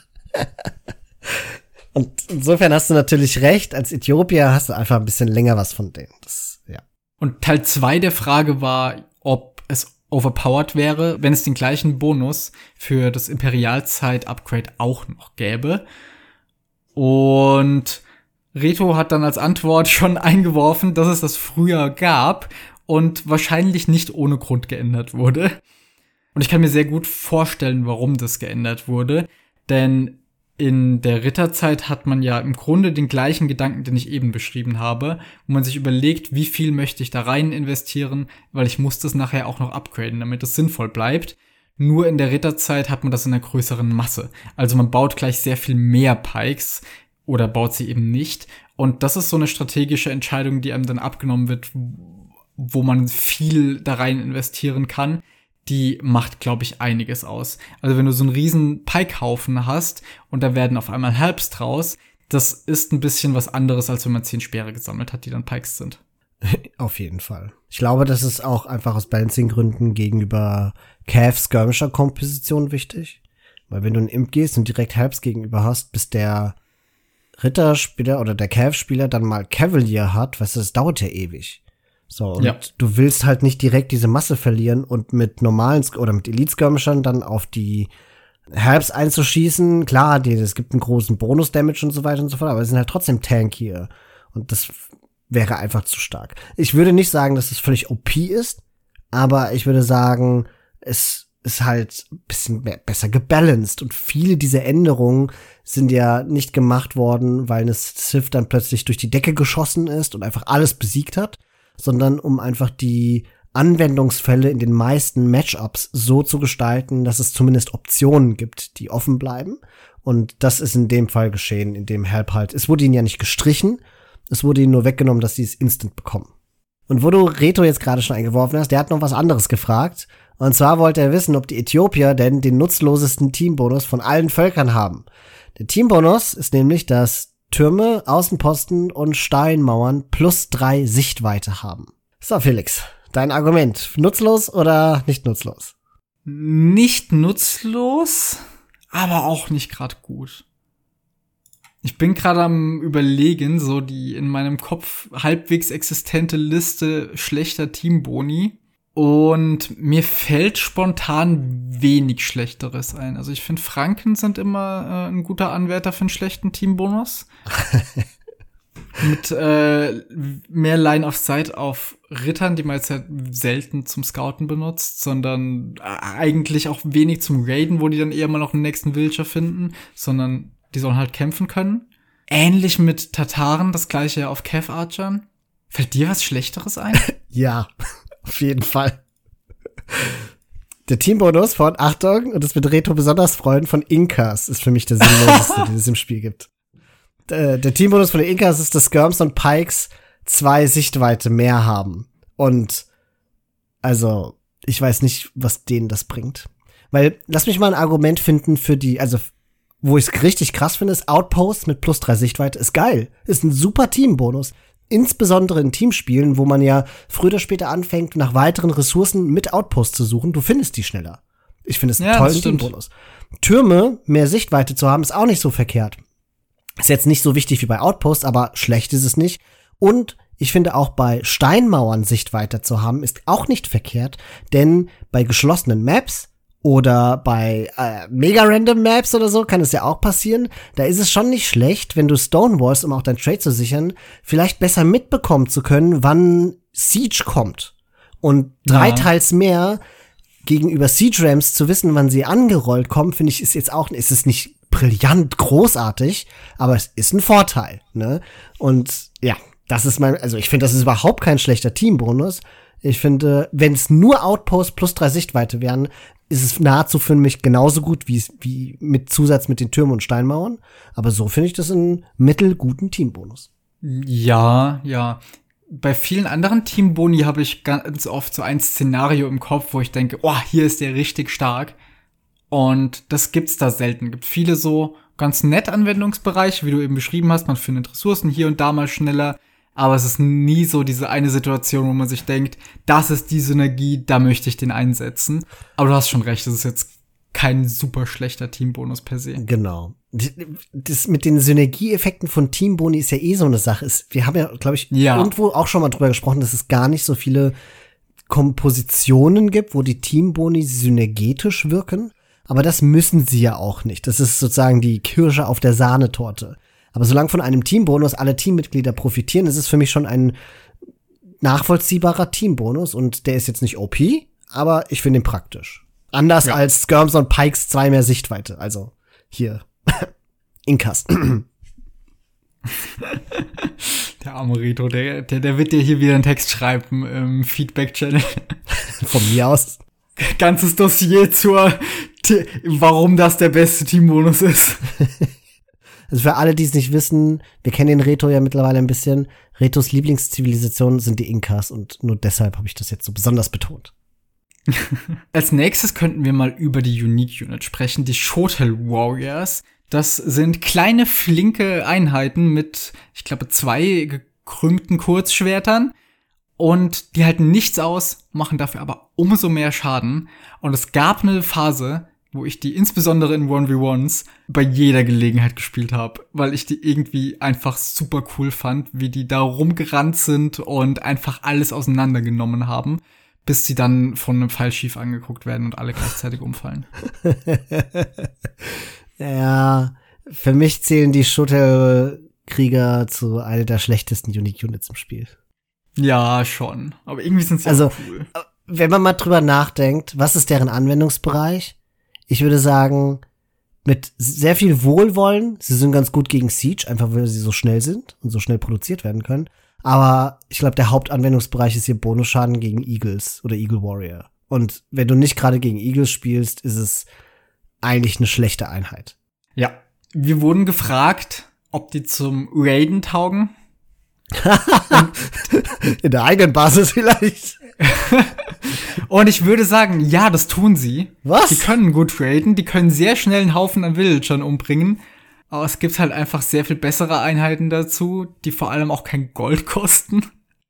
Und insofern hast du natürlich recht, als Äthiopier hast du einfach ein bisschen länger was von denen. Das, ja. Und Teil zwei der Frage war, ob es overpowered wäre, wenn es den gleichen Bonus für das Imperialzeit-Upgrade auch noch gäbe. Und Reto hat dann als Antwort schon eingeworfen, dass es das früher gab und wahrscheinlich nicht ohne Grund geändert wurde. Und ich kann mir sehr gut vorstellen, warum das geändert wurde. Denn in der Ritterzeit hat man ja im Grunde den gleichen Gedanken, den ich eben beschrieben habe, wo man sich überlegt, wie viel möchte ich da rein investieren, weil ich muss das nachher auch noch upgraden, damit es sinnvoll bleibt. Nur in der Ritterzeit hat man das in einer größeren Masse. Also man baut gleich sehr viel mehr Pikes oder baut sie eben nicht. Und das ist so eine strategische Entscheidung, die einem dann abgenommen wird, wo man viel da rein investieren kann, die macht, glaube ich, einiges aus. Also wenn du so einen riesen Pikehaufen hast und da werden auf einmal Helps draus, das ist ein bisschen was anderes, als wenn man zehn Speere gesammelt hat, die dann Pikes sind. Auf jeden Fall. Ich glaube, das ist auch einfach aus Balancing-Gründen gegenüber Cav-Skirmisher-Komposition wichtig. Weil wenn du in Imp gehst und direkt Helps gegenüber hast, bis der Ritterspieler oder der Cav-Spieler dann mal Cavalier hat, weißt du, das dauert ja ewig. So, und ja. du willst halt nicht direkt diese Masse verlieren und mit normalen Sk- oder mit Elite-Skirmishern dann auf die Herbs einzuschießen. Klar, die, es gibt einen großen Bonus-Damage und so weiter und so fort, aber sie sind halt trotzdem tankier. Und das wäre einfach zu stark. Ich würde nicht sagen, dass es völlig O P ist, aber ich würde sagen, es ist halt ein bisschen mehr, besser gebalanced. Und viele dieser Änderungen sind ja nicht gemacht worden, weil eine Sith dann plötzlich durch die Decke geschossen ist und einfach alles besiegt hat, sondern um einfach die Anwendungsfälle in den meisten Matchups so zu gestalten, dass es zumindest Optionen gibt, die offen bleiben. Und das ist in dem Fall geschehen, in dem Help halt, es wurde ihnen ja nicht gestrichen, es wurde ihnen nur weggenommen, dass sie es instant bekommen. Und wo du Reto jetzt gerade schon eingeworfen hast, der hat noch was anderes gefragt. Und zwar wollte er wissen, ob die Äthiopier denn den nutzlosesten Teambonus von allen Völkern haben. Der Teambonus ist nämlich, dass Türme, Außenposten und Steinmauern plus drei Sichtweite haben. So, Felix, dein Argument. Nutzlos oder nicht nutzlos? Nicht nutzlos, aber auch nicht gerade gut. Ich bin gerade am Überlegen, so die in meinem Kopf halbwegs existente Liste schlechter Teamboni. Und mir fällt spontan wenig Schlechteres ein. Also ich finde, Franken sind immer äh, ein guter Anwärter für einen schlechten Teambonus. Mit äh, mehr Line of Sight auf Rittern, die man jetzt ja selten zum Scouten benutzt, sondern eigentlich auch wenig zum Raiden, wo die dann eher mal noch einen nächsten Villager finden, sondern die sollen halt kämpfen können. Ähnlich mit Tataren, das gleiche auf Cav Archern. Fällt dir was Schlechteres ein? Ja, auf jeden Fall. Der Teambonus von, Achtung, und das wird Reto besonders freuen, von Inkas ist für mich der sinnloseste, den es im Spiel gibt. Der, der Teambonus von den Inkas ist, dass Skirms und Pikes zwei Sichtweite mehr haben. Und also, ich weiß nicht, was denen das bringt. Weil, lass mich mal ein Argument finden für die, also wo ich es richtig krass finde, ist Outpost mit plus drei Sichtweite. Ist geil. Ist ein super Teambonus. Insbesondere in Teamspielen, wo man ja früher oder später anfängt, nach weiteren Ressourcen mit Outpost zu suchen. Du findest die schneller. Ich finde es einen ja, tollen Teambonus. Türme, mehr Sichtweite zu haben, ist auch nicht so verkehrt. Ist jetzt nicht so wichtig wie bei Outpost, aber schlecht ist es nicht. Und ich finde auch bei Steinmauern Sichtweite zu haben, ist auch nicht verkehrt. Denn bei geschlossenen Maps oder bei äh, Mega-Random-Maps oder so kann es ja auch passieren. Da ist es schon nicht schlecht, wenn du Stonewalls, um auch dein Trade zu sichern, vielleicht besser mitbekommen zu können, wann Siege kommt. Und drei ja. teils mehr gegenüber Siege-Rams zu wissen, wann sie angerollt kommen, finde ich, ist jetzt auch, ist es nicht brillant großartig, aber es ist ein Vorteil, ne? Und ja, das ist mein, also ich finde, das ist überhaupt kein schlechter Teambonus. Ich finde, wenn es nur Outpost plus drei Sichtweite wären, ist es nahezu für mich genauso gut wie wie mit Zusatz mit den Türmen und Steinmauern. Aber so finde ich das einen mittelguten Teambonus. Ja, ja. Bei vielen anderen Teamboni habe ich ganz oft so ein Szenario im Kopf, wo ich denke, oh, hier ist der richtig stark. Und das gibt's da selten. Gibt viele so ganz nett Anwendungsbereiche, wie du eben beschrieben hast. Man findet Ressourcen hier und da mal schneller. Aber es ist nie so diese eine Situation, wo man sich denkt, das ist die Synergie, da möchte ich den einsetzen. Aber du hast schon recht, das ist jetzt kein super schlechter Teambonus per se. Genau. Das mit den Synergieeffekten von Teamboni ist ja eh so eine Sache. Wir haben ja, glaube ich, ja. irgendwo auch schon mal drüber gesprochen, dass es gar nicht so viele Kompositionen gibt, wo die Teamboni synergetisch wirken. Aber das müssen sie ja auch nicht. Das ist sozusagen die Kirsche auf der Sahnetorte. Aber solange von einem Teambonus alle Teammitglieder profitieren, ist es für mich schon ein nachvollziehbarer Teambonus. Und der ist jetzt nicht O P, aber ich finde ihn praktisch. Anders ja. als Skirms und Pikes zwei mehr Sichtweite. Also hier, Inkas. Der arme Reto, der, der, der wird dir hier wieder einen Text schreiben im Feedback-Channel. Von mir aus. Ganzes Dossier zur, warum das der beste Teambonus ist. Also für alle, die es nicht wissen, wir kennen den Reto ja mittlerweile ein bisschen. Retos Lieblingszivilisation sind die Inkas und nur deshalb habe ich das jetzt so besonders betont. Als nächstes könnten wir mal über die Unique Unit sprechen, die Shotel Warriors. Das sind kleine, flinke Einheiten mit, ich glaube, zwei gekrümmten Kurzschwertern. Und die halten nichts aus, machen dafür aber umso mehr Schaden. Und es gab eine Phase, wo ich die insbesondere in eins gegen eins bei jeder Gelegenheit gespielt habe, weil ich die irgendwie einfach super cool fand, wie die da rumgerannt sind und einfach alles auseinandergenommen haben, bis sie dann von einem Pfeil schief angeguckt werden und alle gleichzeitig umfallen. Ja, für mich zählen die Shuttle-Krieger zu einer der schlechtesten Unique Units im Spiel. Ja, schon. Aber irgendwie sind sie also, auch cool. Wenn man mal drüber nachdenkt, was ist deren Anwendungsbereich? Ich würde sagen, mit sehr viel Wohlwollen, sie sind ganz gut gegen Siege, einfach weil sie so schnell sind und so schnell produziert werden können. Aber ich glaube, der Hauptanwendungsbereich ist hier Bonusschaden gegen Eagles oder Eagle Warrior. Und wenn du nicht gerade gegen Eagles spielst, ist es eigentlich eine schlechte Einheit. Ja, wir wurden gefragt, ob die zum Raiden taugen. In der eigenen Basis vielleicht. Und ich würde sagen, ja, das tun sie. Was? Die können gut raiden, die können sehr schnell einen Haufen an Villagern umbringen. Aber es gibt halt einfach sehr viel bessere Einheiten dazu, die vor allem auch kein Gold kosten.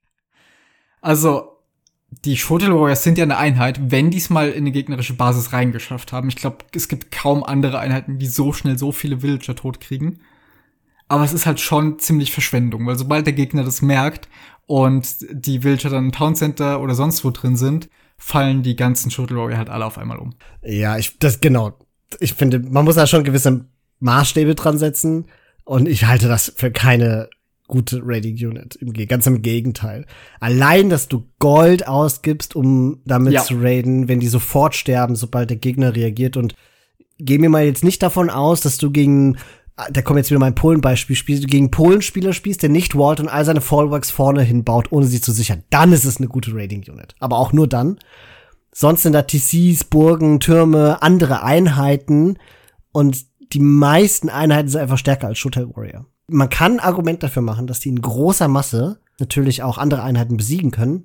Also, die Shuttle Warriors sind ja eine Einheit, wenn die es mal in eine gegnerische Basis reingeschafft haben. Ich glaube, es gibt kaum andere Einheiten, die so schnell so viele Villager tot kriegen. Aber es ist halt schon ziemlich Verschwendung, weil sobald der Gegner das merkt und die Villager dann im Town Center oder sonst wo drin sind, fallen die ganzen Shuttle Warrior halt alle auf einmal um. Ja, ich, das, genau. Ich finde, man muss da schon gewisse Maßstäbe dran setzen und ich halte das für keine gute Raiding Unit. Im, ganz im Gegenteil. Allein, dass du Gold ausgibst, um damit ja. zu raiden, wenn die sofort sterben, sobald der Gegner reagiert, und geh mir mal jetzt nicht davon aus, dass du gegen da kommt jetzt wieder mein Polen-Beispiel, spielst du gegen Polen-Spieler spielst, der nicht wallt und all seine Fallbacks vorne hinbaut, ohne sie zu sichern. Dann ist es eine gute Raiding-Unit. Aber auch nur dann. Sonst sind da T Cs, Burgen, Türme, andere Einheiten. Und die meisten Einheiten sind einfach stärker als Shuttle Warrior. Man kann ein Argument dafür machen, dass die in großer Masse natürlich auch andere Einheiten besiegen können.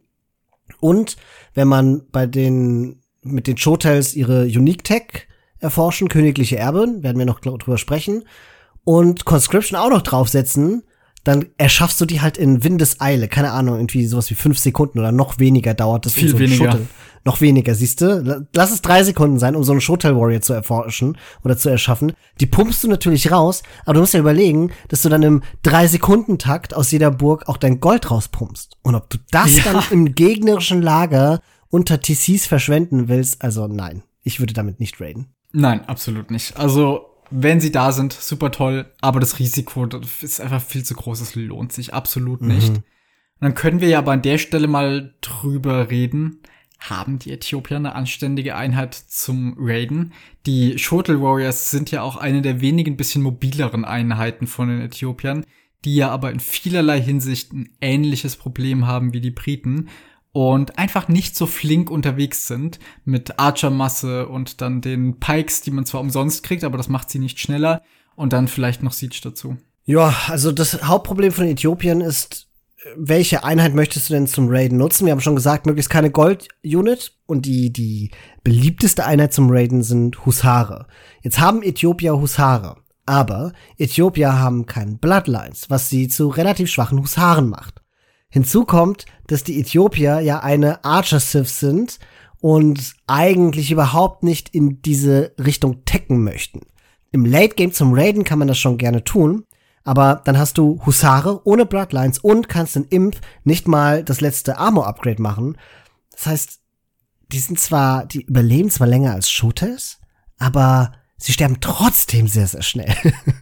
Und wenn man bei den, mit den Shotels ihre Unique Tech erforschen, königliche Erben, werden wir noch drüber sprechen, und Conscription auch noch draufsetzen, dann erschaffst du die halt in Windeseile. Keine Ahnung, irgendwie sowas wie fünf Sekunden oder noch weniger dauert das. Viel um so weniger. Shuttle. Noch weniger, siehst du? Lass es drei Sekunden sein, um so einen Shuttle Warrior zu erforschen oder zu erschaffen. Die pumpst du natürlich raus, aber du musst ja überlegen, dass du dann im drei-Sekunden-Takt aus jeder Burg auch dein Gold rauspumpst. Und ob du das ja. dann im gegnerischen Lager unter T Cs verschwenden willst, also nein, ich würde damit nicht raiden. Nein, absolut nicht. Also, wenn sie da sind, super toll, aber das Risiko das ist einfach viel zu groß, es lohnt sich absolut nicht. Mhm. Und dann können wir ja aber an der Stelle mal drüber reden, haben die Äthiopier eine anständige Einheit zum Raiden? Die Shuttle Warriors sind ja auch eine der wenigen bisschen mobileren Einheiten von den Äthiopiern, die ja aber in vielerlei Hinsicht ein ähnliches Problem haben wie die Briten und einfach nicht so flink unterwegs sind mit Archer-Masse und dann den Pikes, die man zwar umsonst kriegt, aber das macht sie nicht schneller, und dann vielleicht noch Siege dazu. Ja, also das Hauptproblem von Äthiopien ist, welche Einheit möchtest du denn zum Raiden nutzen? Wir haben schon gesagt, möglichst keine Gold-Unit, und die die beliebteste Einheit zum Raiden sind Husare. Jetzt haben Äthiopier Husare, aber Äthiopier haben keinen Bloodlines, was sie zu relativ schwachen Husaren macht. Hinzu kommt, dass die Äthiopier ja eine Archer-Civ sind und eigentlich überhaupt nicht in diese Richtung tecken möchten. Im Late-Game zum Raiden kann man das schon gerne tun, aber dann hast du Husare ohne Bloodlines und kannst in Imp nicht mal das letzte Armor-Upgrade machen. Das heißt, die sind zwar, die überleben zwar länger als Shooters, aber sie sterben trotzdem sehr, sehr schnell.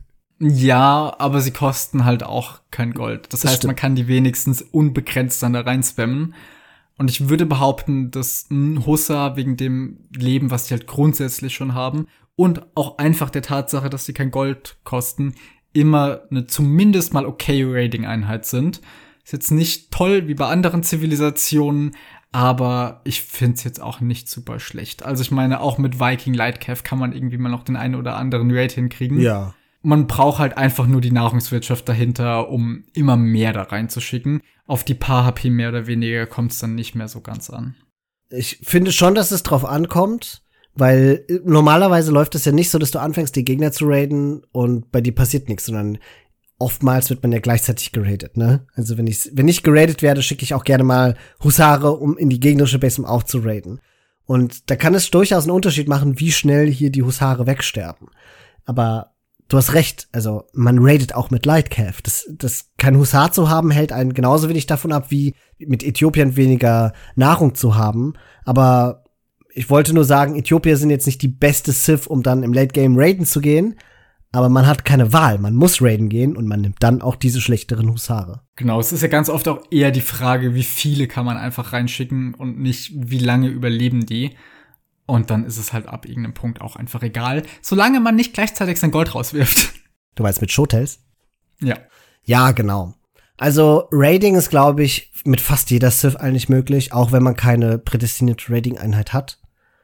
Ja, aber sie kosten halt auch kein Gold. Das, das heißt, stimmt. Man kann die wenigstens unbegrenzt dann da rein spammen. Und ich würde behaupten, dass ein Hussar wegen dem Leben, was die halt grundsätzlich schon haben, und auch einfach der Tatsache, dass sie kein Gold kosten, immer eine zumindest mal okay Raiding-Einheit sind. Ist jetzt nicht toll wie bei anderen Zivilisationen, aber ich find's jetzt auch nicht super schlecht. Also ich meine, auch mit Viking Lightcav kann man irgendwie mal noch den einen oder anderen Raid hinkriegen. Ja. Man braucht halt einfach nur die Nahrungswirtschaft dahinter, um immer mehr da reinzuschicken. Auf die paar H P mehr oder weniger kommt's dann nicht mehr so ganz an. Ich finde schon, dass es drauf ankommt, weil normalerweise läuft es ja nicht so, dass du anfängst, die Gegner zu raiden und bei dir passiert nichts, sondern oftmals wird man ja gleichzeitig geradet, ne? Also wenn ich wenn ich geradet werde, schicke ich auch gerne mal Husare um in die gegnerische Base, um auch zu raiden. Und da kann es durchaus einen Unterschied machen, wie schnell hier die Husare wegsterben. Aber du hast recht, also man raidet auch mit Lightcav. Das, das kein Husar zu haben, hält einen genauso wenig davon ab, wie mit Äthiopien weniger Nahrung zu haben. Aber ich wollte nur sagen, Äthiopier sind jetzt nicht die beste Civ, um dann im Late Game raiden zu gehen. Aber man hat keine Wahl, man muss raiden gehen und man nimmt dann auch diese schlechteren Husare. Genau, es ist ja ganz oft auch eher die Frage, wie viele kann man einfach reinschicken und nicht, wie lange überleben die. Und dann ist es halt ab irgendeinem Punkt auch einfach egal, solange man nicht gleichzeitig sein Gold rauswirft. Du meinst mit Showtails? Ja. Ja, genau. Also Raiding ist, glaube ich, mit fast jeder Civ eigentlich möglich, auch wenn man keine prädestinierte Raiding-Einheit hat.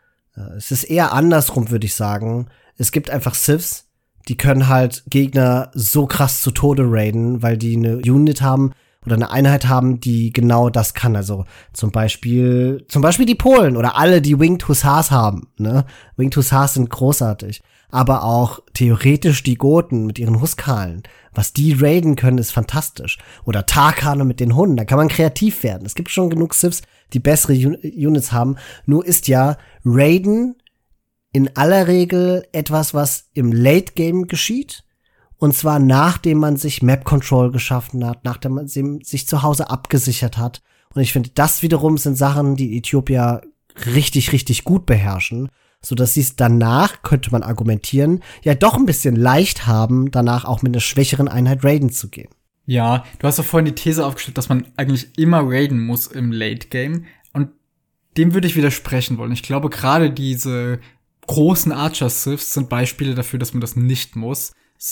Es ist eher andersrum, würde ich sagen. Es gibt einfach Civs, die können halt Gegner so krass zu Tode raiden, weil die eine Unit haben oder eine Einheit haben, die genau das kann. Also zum Beispiel, zum Beispiel die Polen oder alle, die Winged Hussars haben, ne? Winged Hussars sind großartig. Aber auch theoretisch die Goten mit ihren Huskalen. Was die raiden können, ist fantastisch. Oder Tarkane mit den Hunden. Da kann man kreativ werden. Es gibt schon genug Civs, die bessere Un- Units haben. Nur ist ja Raiden in aller Regel etwas, was im Late Game geschieht. Und zwar nachdem man sich Map Control geschaffen hat, nachdem man sich zu Hause abgesichert hat. Und ich finde, das wiederum sind Sachen, die Äthiopier richtig, richtig gut beherrschen. So dass sie es danach, könnte man argumentieren, ja doch ein bisschen leicht haben, danach auch mit einer schwächeren Einheit raiden zu gehen. Ja, du hast doch vorhin die These aufgestellt, dass man eigentlich immer raiden muss im Late Game. Und dem würde ich widersprechen wollen. Ich glaube, gerade diese großen Archer-Civs sind Beispiele dafür, dass man das nicht muss,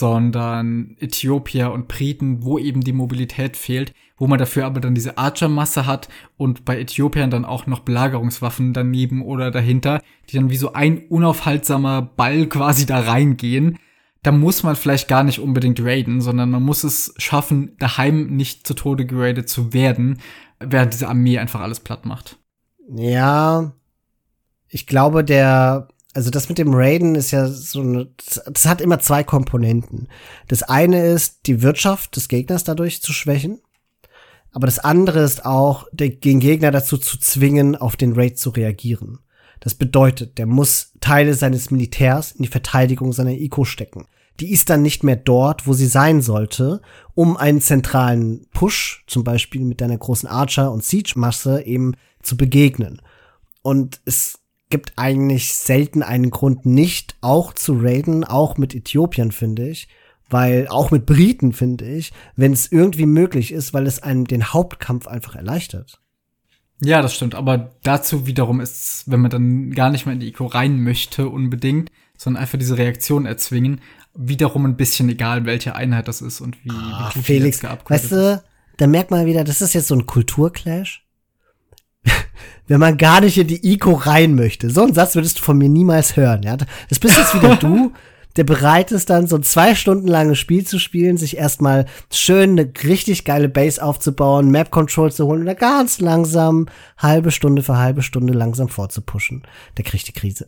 sondern Äthiopier und Briten, wo eben die Mobilität fehlt, wo man dafür aber dann diese Archer-Masse hat und bei Äthiopiern dann auch noch Belagerungswaffen daneben oder dahinter, die dann wie so ein unaufhaltsamer Ball quasi da reingehen. Da muss man vielleicht gar nicht unbedingt raiden, sondern man muss es schaffen, daheim nicht zu Tode geradet zu werden, während diese Armee einfach alles platt macht. Ja, ich glaube, der Also das mit dem Raiden ist ja so eine, das hat immer zwei Komponenten. Das eine ist, die Wirtschaft des Gegners dadurch zu schwächen. Aber das andere ist auch, den Gegner dazu zu zwingen, auf den Raid zu reagieren. Das bedeutet, der muss Teile seines Militärs in die Verteidigung seiner Eco stecken. Die ist dann nicht mehr dort, wo sie sein sollte, um einen zentralen Push, zum Beispiel mit deiner großen Archer- und Siege-Masse, eben zu begegnen. Und es gibt eigentlich selten einen Grund, nicht auch zu raiden, auch mit Äthiopien, finde ich, weil auch mit Briten, finde ich, wenn es irgendwie möglich ist, weil es einem den Hauptkampf einfach erleichtert. Ja, das stimmt, aber dazu wiederum ist, wenn man dann gar nicht mehr in die Eco rein möchte unbedingt, sondern einfach diese Reaktion erzwingen, wiederum ein bisschen egal, welche Einheit das ist und wie, ah, wie gut Felix, die jetzt geupgradet weißt du, da merkt man wieder, das ist jetzt so ein Kulturclash. Wenn man gar nicht in die Eco rein möchte. So einen Satz würdest du von mir niemals hören, ja. Das bist jetzt wieder du, der bereit ist, dann so ein zwei Stunden langes Spiel zu spielen, sich erstmal schön eine richtig geile Base aufzubauen, Map Control zu holen und dann ganz langsam, halbe Stunde für halbe Stunde langsam vorzupushen. Der kriegt die Krise.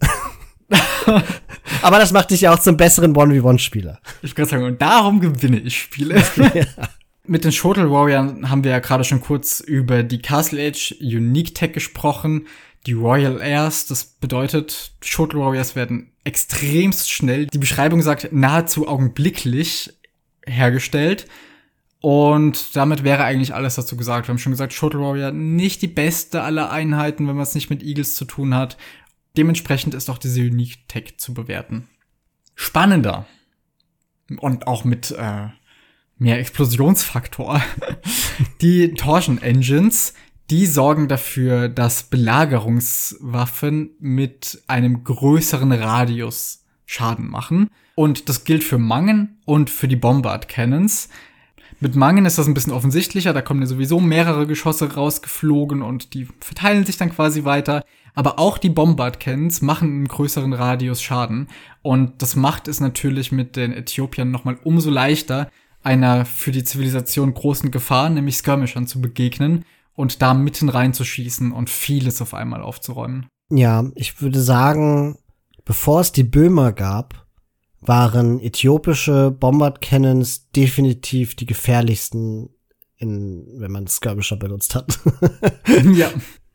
Aber das macht dich ja auch zum besseren eins gegen eins Spieler. Ich kann sagen, und darum gewinne ich Spiele. Ja. Mit den Shotel Warriors haben wir ja gerade schon kurz über die Castle Age Unique Tech gesprochen, die Royal Heirs. Das bedeutet, Shotel Warriors werden extremst schnell, die Beschreibung sagt nahezu augenblicklich hergestellt. Und damit wäre eigentlich alles dazu gesagt. Wir haben schon gesagt, Shotel Warrior nicht die beste aller Einheiten, wenn man es nicht mit Eagles zu tun hat. Dementsprechend ist auch diese Unique Tech zu bewerten. Spannender. Und auch mit äh, mehr Explosionsfaktor. Die Torsion Engines, die sorgen dafür, dass Belagerungswaffen mit einem größeren Radius Schaden machen. Und das gilt für Mangen und für die Bombard Cannons. Mit Mangen ist das ein bisschen offensichtlicher, da kommen ja sowieso mehrere Geschosse rausgeflogen und die verteilen sich dann quasi weiter. Aber auch die Bombard Cannons machen einen größeren Radius Schaden. Und das macht es natürlich mit den Äthiopiern nochmal umso leichter, einer für die Zivilisation großen Gefahr, nämlich Skirmishern, zu begegnen und da mitten reinzuschießen und vieles auf einmal aufzuräumen. Ja, ich würde sagen, bevor es die Böhmer gab, waren äthiopische Bombard Cannons definitiv die gefährlichsten, in, wenn man Skirmisher benutzt hat. Ja.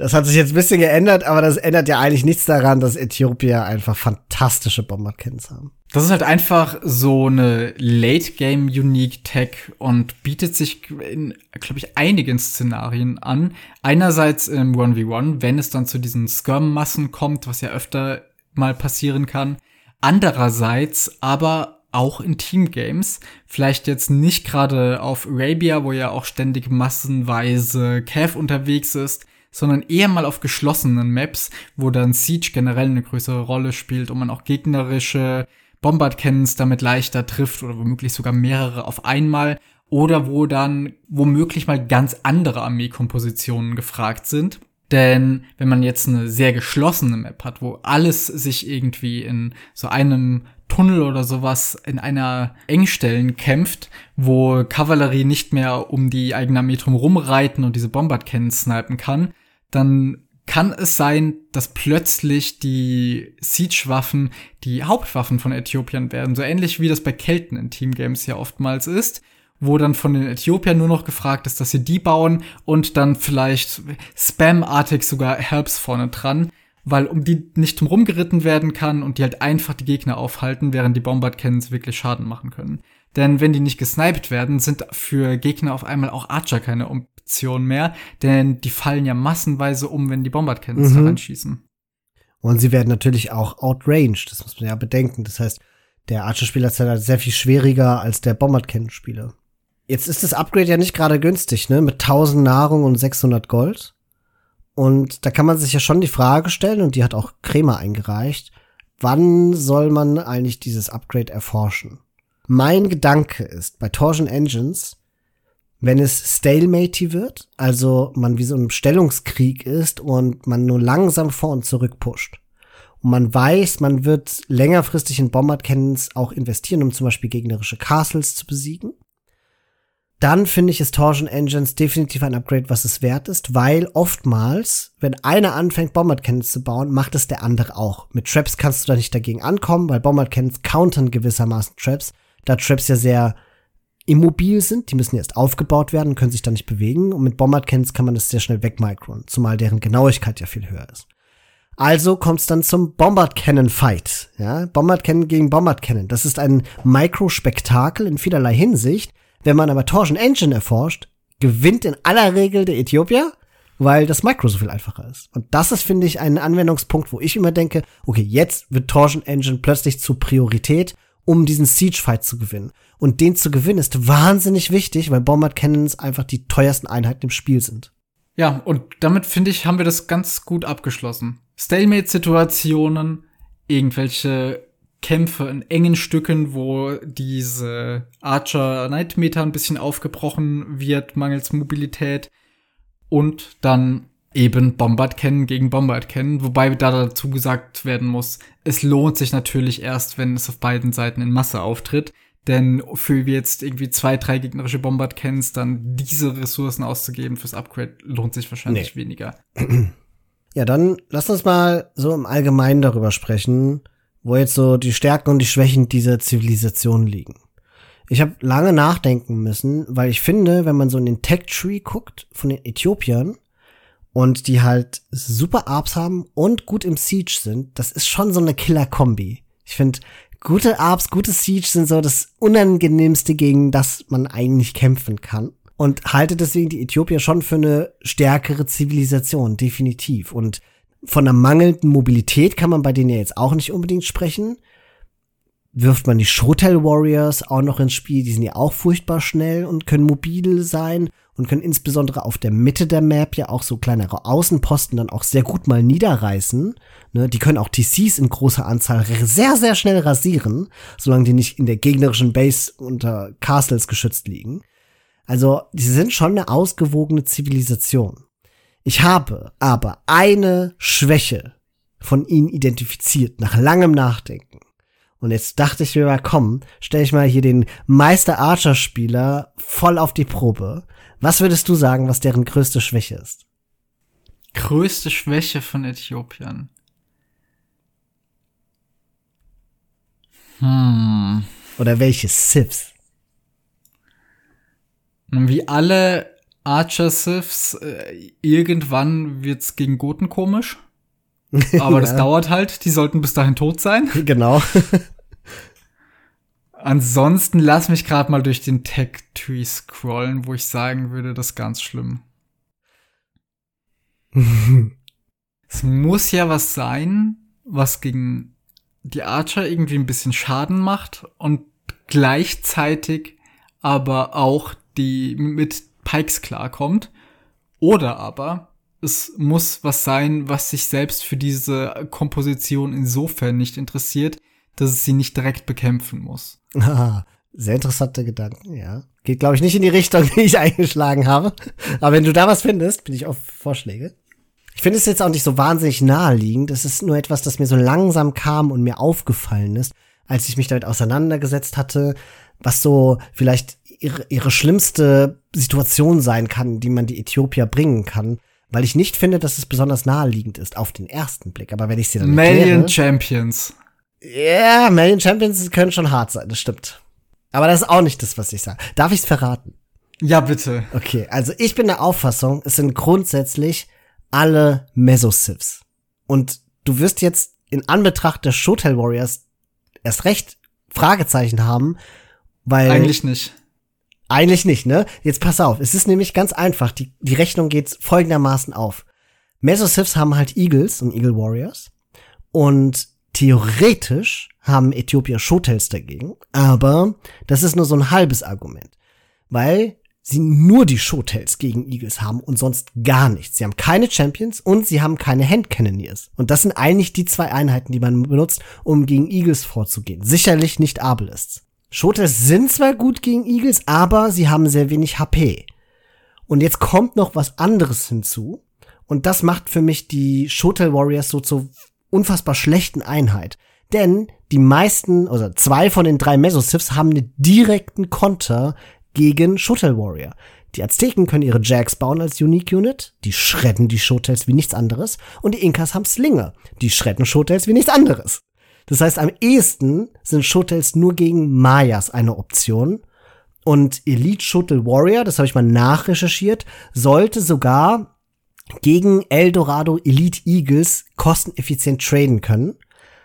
Das hat sich jetzt ein bisschen geändert, aber das ändert ja eigentlich nichts daran, dass Äthiopier einfach fantastische Bombard-Cannons haben. Das ist halt einfach so eine Late-Game-Unique-Tech und bietet sich in, glaube ich, einigen Szenarien an. Einerseits im eins gegen eins, wenn es dann zu diesen Skirm-Massen kommt, was ja öfter mal passieren kann. Andererseits aber auch in Teamgames. Vielleicht jetzt nicht gerade auf Arabia, wo ja auch ständig massenweise Cav unterwegs ist, sondern eher mal auf geschlossenen Maps, wo dann Siege generell eine größere Rolle spielt und man auch gegnerische Bombard-Cannons damit leichter trifft oder womöglich sogar mehrere auf einmal oder wo dann womöglich mal ganz andere Armeekompositionen gefragt sind. Denn wenn man jetzt eine sehr geschlossene Map hat, wo alles sich irgendwie in so einem Tunnel oder sowas in einer Engstellen kämpft, wo Kavallerie nicht mehr um die eigene Armee drum rumreiten und diese Bombard-Cannons snipen kann, dann kann es sein, dass plötzlich die Siege-Waffen die Hauptwaffen von Äthiopiern werden. So ähnlich wie das bei Kelten in Teamgames ja oftmals ist, wo dann von den Äthiopiern nur noch gefragt ist, dass sie die bauen und dann vielleicht Spam-artig sogar Helps vorne dran, weil um die nicht drum rumgeritten werden kann und die halt einfach die Gegner aufhalten, während die Bombard-Cannons wirklich Schaden machen können. Denn wenn die nicht gesniped werden, sind für Gegner auf einmal auch Archer keine Option mehr, denn die fallen ja massenweise um, wenn die Bombard-Cannons Mhm. da reinschießen. Und sie werden natürlich auch outranged, das muss man ja bedenken. Das heißt, der Archer-Spieler ist halt sehr viel schwieriger als der Bombard-Cannon-Spieler. Jetzt ist das Upgrade ja nicht gerade günstig, ne? Mit tausend Nahrung und sechshundert Gold. Und da kann man sich ja schon die Frage stellen, und die hat auch Krämer eingereicht, wann soll man eigentlich dieses Upgrade erforschen? Mein Gedanke ist, bei Torsion Engines, wenn es stalemate wird, also man wie so im Stellungskrieg ist und man nur langsam vor und zurück pusht, und man weiß, man wird längerfristig in Bombard-Cannons auch investieren, um zum Beispiel gegnerische Castles zu besiegen, dann finde ich es Torsion Engines definitiv ein Upgrade, was es wert ist, weil oftmals, wenn einer anfängt, Bombard-Cannons zu bauen, macht es der andere auch. Mit Traps kannst du da nicht dagegen ankommen, weil Bombard-Cannons countern gewissermaßen Traps, da Traps ja sehr immobil sind, die müssen erst aufgebaut werden und können sich dann nicht bewegen, und mit Bombard-Cannons kann man das sehr schnell wegmicron, zumal deren Genauigkeit ja viel höher ist. Also kommt es dann zum Bombard-Cannon-Fight. Ja? Bombard-Cannon gegen Bombard-Cannon. Das ist ein Micro-Spektakel in vielerlei Hinsicht. Wenn man aber Torsion Engine erforscht, gewinnt in aller Regel der Äthiopier, weil das Micro so viel einfacher ist. Und das ist, finde ich, ein Anwendungspunkt, wo ich immer denke, okay, jetzt wird Torsion Engine plötzlich zur Priorität, um diesen Siege-Fight zu gewinnen. Und den zu gewinnen ist wahnsinnig wichtig, weil Bombard Cannons einfach die teuersten Einheiten im Spiel sind. Ja, und damit, finde ich, haben wir das ganz gut abgeschlossen. Stalemate-Situationen, irgendwelche Kämpfe in engen Stücken, wo diese Archer-Nightmeter ein bisschen aufgebrochen wird, mangels Mobilität. Und dann eben Bombard-Cannon gegen Bombard-Cannon, wobei da dazu gesagt werden muss, es lohnt sich natürlich erst, wenn es auf beiden Seiten in Masse auftritt. Denn für jetzt irgendwie zwei, drei gegnerische Bombard-Cannons dann diese Ressourcen auszugeben fürs Upgrade, lohnt sich wahrscheinlich nee. weniger. Ja, dann lass uns mal so im Allgemeinen darüber sprechen, wo jetzt so die Stärken und die Schwächen dieser Zivilisation liegen. Ich habe lange nachdenken müssen, weil ich finde, wenn man so in den Tech-Tree guckt von den Äthiopiern und die halt super Arbs haben und gut im Siege sind, das ist schon so eine Killer-Kombi. Ich finde, gute Arbs, gute Siege sind so das Unangenehmste, gegen das man eigentlich kämpfen kann. Und halte deswegen die Äthiopier schon für eine stärkere Zivilisation, definitiv. Und von einer mangelnden Mobilität kann man bei denen ja jetzt auch nicht unbedingt sprechen. Wirft man die Shotel Warriors auch noch ins Spiel, die sind ja auch furchtbar schnell und können mobil sein und können insbesondere auf der Mitte der Map ja auch so kleinere Außenposten dann auch sehr gut mal niederreißen. Ne, die können auch T Cs in großer Anzahl sehr, sehr schnell rasieren, solange die nicht in der gegnerischen Base unter Castles geschützt liegen. Also, die sind schon eine ausgewogene Zivilisation. Ich habe aber eine Schwäche von ihnen identifiziert, nach langem Nachdenken. Und jetzt dachte ich mir mal, komm, stell ich mal hier den Meister-Archer-Spieler voll auf die Probe. Was würdest du sagen, was deren größte Schwäche ist? Größte Schwäche von Äthiopien? Hm. Oder welche Siths? Wie alle Archer-Siths, äh, irgendwann wird's gegen Goten komisch. Aber das Ja. dauert halt, die sollten bis dahin tot sein. Genau. Ansonsten lass mich gerade mal durch den Tech-Tree scrollen, wo ich sagen würde, das ist ganz schlimm. Es muss ja was sein, was gegen die Archer irgendwie ein bisschen Schaden macht und gleichzeitig aber auch die mit Pikes klarkommt. Oder aber es muss was sein, was sich selbst für diese Komposition insofern nicht interessiert, dass es sie nicht direkt bekämpfen muss. Ah, sehr interessante Gedanken, ja. Geht, glaube ich, nicht in die Richtung, die ich eingeschlagen habe. Aber wenn du da was findest, bin ich offen für Vorschläge. Ich finde es jetzt auch nicht so wahnsinnig naheliegend. Es ist nur etwas, das mir so langsam kam und mir aufgefallen ist, als ich mich damit auseinandergesetzt hatte, was so vielleicht ihre, ihre schlimmste Situation sein kann, die man die Äthiopier bringen kann. Weil ich nicht finde, dass es besonders naheliegend ist auf den ersten Blick. Aber wenn ich sie dann erkläre... Million Champions. Ja, yeah, Million Champions können schon hart sein, das stimmt. Aber das ist auch nicht das, was ich sage. Darf ich's verraten? Ja, bitte. Okay, also ich bin der Auffassung, es sind grundsätzlich alle Meso-Siths. Und du wirst jetzt in Anbetracht der Shotel Warriors erst recht Fragezeichen haben, weil... Eigentlich nicht. Eigentlich nicht, ne? Jetzt pass auf, es ist nämlich ganz einfach, die, die Rechnung geht folgendermaßen auf. Meso-Siths haben halt Eagles und Eagle Warriors und theoretisch haben Äthiopier Shotels dagegen, aber das ist nur so ein halbes Argument, weil sie nur die Shotels gegen Eagles haben und sonst gar nichts. Sie haben keine Champions und sie haben keine Hand-Cannoneers. Und das sind eigentlich die zwei Einheiten, die man benutzt, um gegen Eagles vorzugehen. Sicherlich nicht Arbalists. Shotels sind zwar gut gegen Eagles, aber sie haben sehr wenig H P. Und jetzt kommt noch was anderes hinzu. Und das macht für mich die Shotel Warriors so zur unfassbar schlechten Einheit. Denn die meisten, also zwei von den drei Meso-Siths haben einen direkten Konter gegen Shotel Warrior. Die Azteken können ihre Jags bauen als Unique Unit. Die schredden die Shotels wie nichts anderes. Und die Inkas haben Slinger. Die schredden Shotels wie nichts anderes. Das heißt, am ehesten sind Shotels nur gegen Mayas eine Option. Und Elite Shotel Warrior, das habe ich mal nachrecherchiert, sollte sogar gegen Eldorado Elite Eagles kosteneffizient traden können.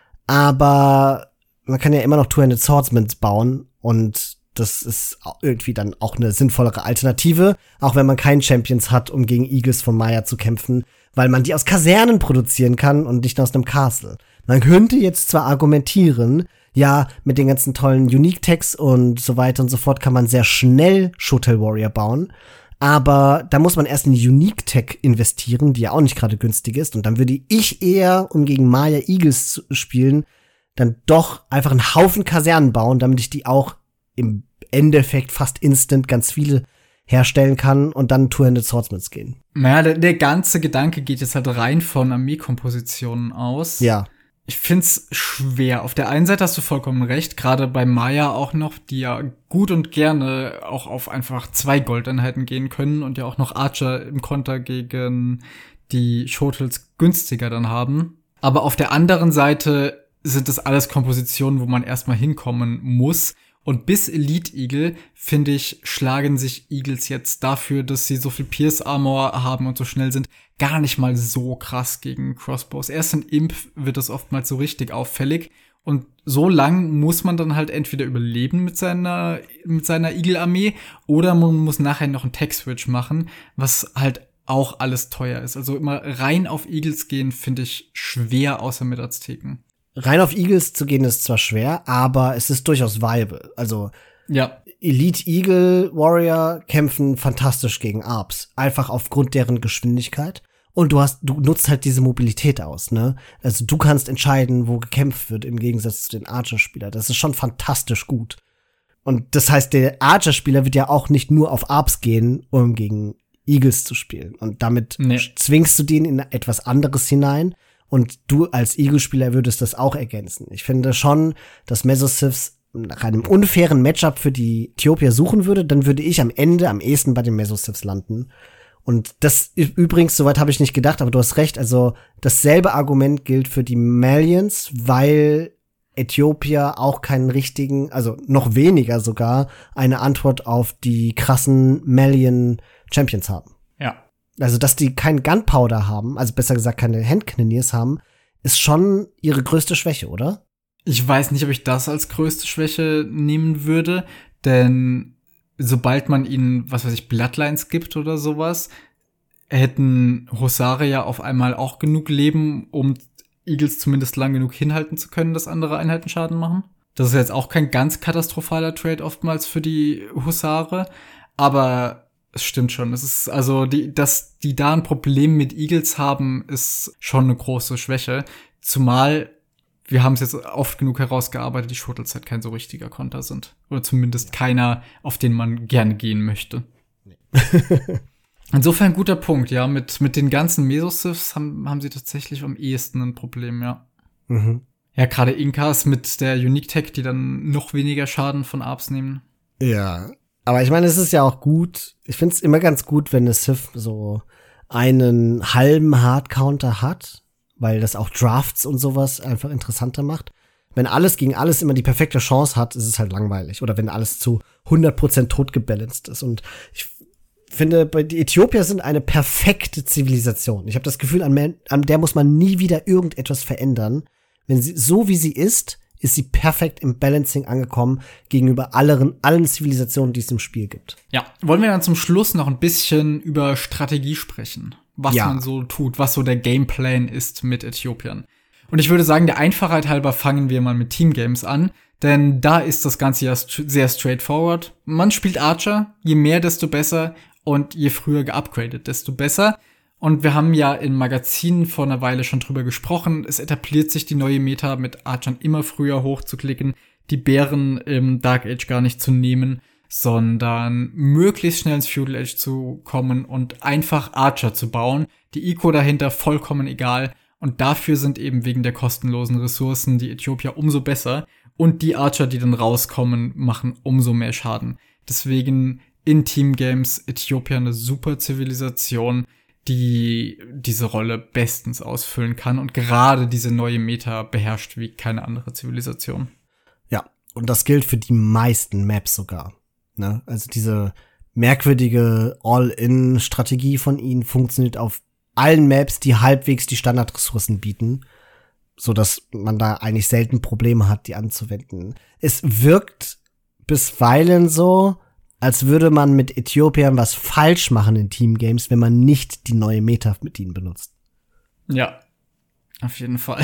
Aber man kann ja immer noch Two-Handed Swordsmen bauen und das ist irgendwie dann auch eine sinnvollere Alternative, auch wenn man keinen Champions hat, um gegen Eagles von Maya zu kämpfen, weil man die aus Kasernen produzieren kann und nicht aus einem Castle. Man könnte jetzt zwar argumentieren, ja, mit den ganzen tollen Unique-Tags und so weiter und so fort kann man sehr schnell Shotel Warrior bauen, aber da muss man erst in die Unique-Tag investieren, die ja auch nicht gerade günstig ist, und dann würde ich eher, um gegen Maya Eagles zu spielen, dann doch einfach einen Haufen Kasernen bauen, damit ich die auch im Endeffekt fast instant ganz viele herstellen kann und dann Two-Handed Swordsmen gehen. Naja, der, der ganze Gedanke geht jetzt halt rein von Armeekompositionen aus. Ja. Ich find's schwer. Auf der einen Seite hast du vollkommen recht, gerade bei Maya auch noch, die ja gut und gerne auch auf einfach zwei Goldeinheiten gehen können und ja auch noch Archer im Konter gegen die Shotels günstiger dann haben. Aber auf der anderen Seite sind das alles Kompositionen, wo man erstmal hinkommen muss. Und bis Elite Eagle, finde ich, schlagen sich Eagles jetzt dafür, dass sie so viel Pierce Armor haben und so schnell sind, gar nicht mal so krass gegen Crossbows. Erst in Imp wird das oftmals so richtig auffällig. Und so lang muss man dann halt entweder überleben mit seiner, mit seiner Eagle-Armee oder man muss nachher noch einen Tech-Switch machen, was halt auch alles teuer ist. Also immer rein auf Eagles gehen, finde ich schwer, außer mit Azteken. Rein auf Eagles zu gehen ist zwar schwer, aber es ist durchaus viable. Also ja. Elite Eagle Warrior kämpfen fantastisch gegen Arbs, einfach aufgrund deren Geschwindigkeit. Und du hast, du nutzt halt diese Mobilität aus, ne? Also du kannst entscheiden, wo gekämpft wird, im Gegensatz zu den Archer-Spielern. Das ist schon fantastisch gut. Und das heißt, der Archer-Spieler wird ja auch nicht nur auf Arbs gehen, um gegen Eagles zu spielen. Und damit nee. zwingst du den in etwas anderes hinein. Und du als Eagle-Spieler würdest das auch ergänzen. Ich finde schon, dass Meso-Siths nach einem unfairen Matchup für die Äthiopier suchen würde, dann würde ich am Ende am ehesten bei den Meso-Siths landen. Und das übrigens, soweit habe ich nicht gedacht, aber du hast recht, also dasselbe Argument gilt für die Malians, weil Äthiopier auch keinen richtigen, also noch weniger sogar, eine Antwort auf die krassen Malian Champions haben. Ja. Also, dass die kein Gunpowder haben, also besser gesagt keine Handcannoneers haben, ist schon ihre größte Schwäche, oder? Ich weiß nicht, ob ich das als größte Schwäche nehmen würde, denn sobald man ihnen, was weiß ich, Bloodlines gibt oder sowas, hätten Husare ja auf einmal auch genug Leben, um Eagles zumindest lang genug hinhalten zu können, dass andere Einheiten Schaden machen. Das ist jetzt auch kein ganz katastrophaler Trade oftmals für die Husare, aber es stimmt schon. Es ist also, die, dass die da ein Problem mit Eagles haben, ist schon eine große Schwäche. Zumal wir haben es jetzt oft genug herausgearbeitet, die Shuttles halt kein so richtiger Konter sind. Oder zumindest keiner, auf den man gerne gehen möchte. Nee. Insofern guter Punkt, ja. Mit, mit den ganzen Mesosiths haben, haben sie tatsächlich am ehesten ein Problem, ja. Mhm. Ja, gerade Inkas mit der Unique Tech, die dann noch weniger Schaden von Arbs nehmen. Ja, aber ich meine, es ist ja auch gut. Ich finde es immer ganz gut, wenn eine Sith so einen halben Hard-Counter hat, weil das auch Drafts und sowas einfach interessanter macht. Wenn alles gegen alles immer die perfekte Chance hat, ist es halt langweilig. Oder wenn alles zu hundert Prozent tot gebalanced ist. Und ich finde, die Äthiopier sind eine perfekte Zivilisation. Ich habe das Gefühl, an, an der muss man nie wieder irgendetwas verändern. Wenn sie, so wie sie ist, ist sie perfekt im Balancing angekommen gegenüber allen, allen Zivilisationen, die es im Spiel gibt. Ja, wollen wir dann zum Schluss noch ein bisschen über Strategie sprechen? Was ja. man so tut, was so der Gameplan ist mit Äthiopiern. Und ich würde sagen, der Einfachheit halber fangen wir mal mit Teamgames an, denn da ist das Ganze ja st- sehr straightforward. Man spielt Archer, je mehr, desto besser, und je früher geupgradet, desto besser. Und wir haben ja in Magazinen vor einer Weile schon drüber gesprochen, es etabliert sich die neue Meta, mit Archern immer früher hochzuklicken, die Bären im Dark Age gar nicht zu nehmen, sondern möglichst schnell ins Feudal Age zu kommen und einfach Archer zu bauen. Die Eco dahinter vollkommen egal. Und dafür sind eben wegen der kostenlosen Ressourcen die Äthiopier umso besser. Und die Archer, die dann rauskommen, machen umso mehr Schaden. Deswegen in Teamgames Äthiopier eine super Zivilisation, die diese Rolle bestens ausfüllen kann und gerade diese neue Meta beherrscht wie keine andere Zivilisation. Ja, und das gilt für die meisten Maps sogar. Ne? Also diese merkwürdige All-In-Strategie von ihnen funktioniert auf allen Maps, die halbwegs die Standardressourcen bieten, so dass man da eigentlich selten Probleme hat, die anzuwenden. Es wirkt bisweilen so, als würde man mit Äthiopiern was falsch machen in Teamgames, wenn man nicht die neue Meta mit ihnen benutzt. Ja, auf jeden Fall.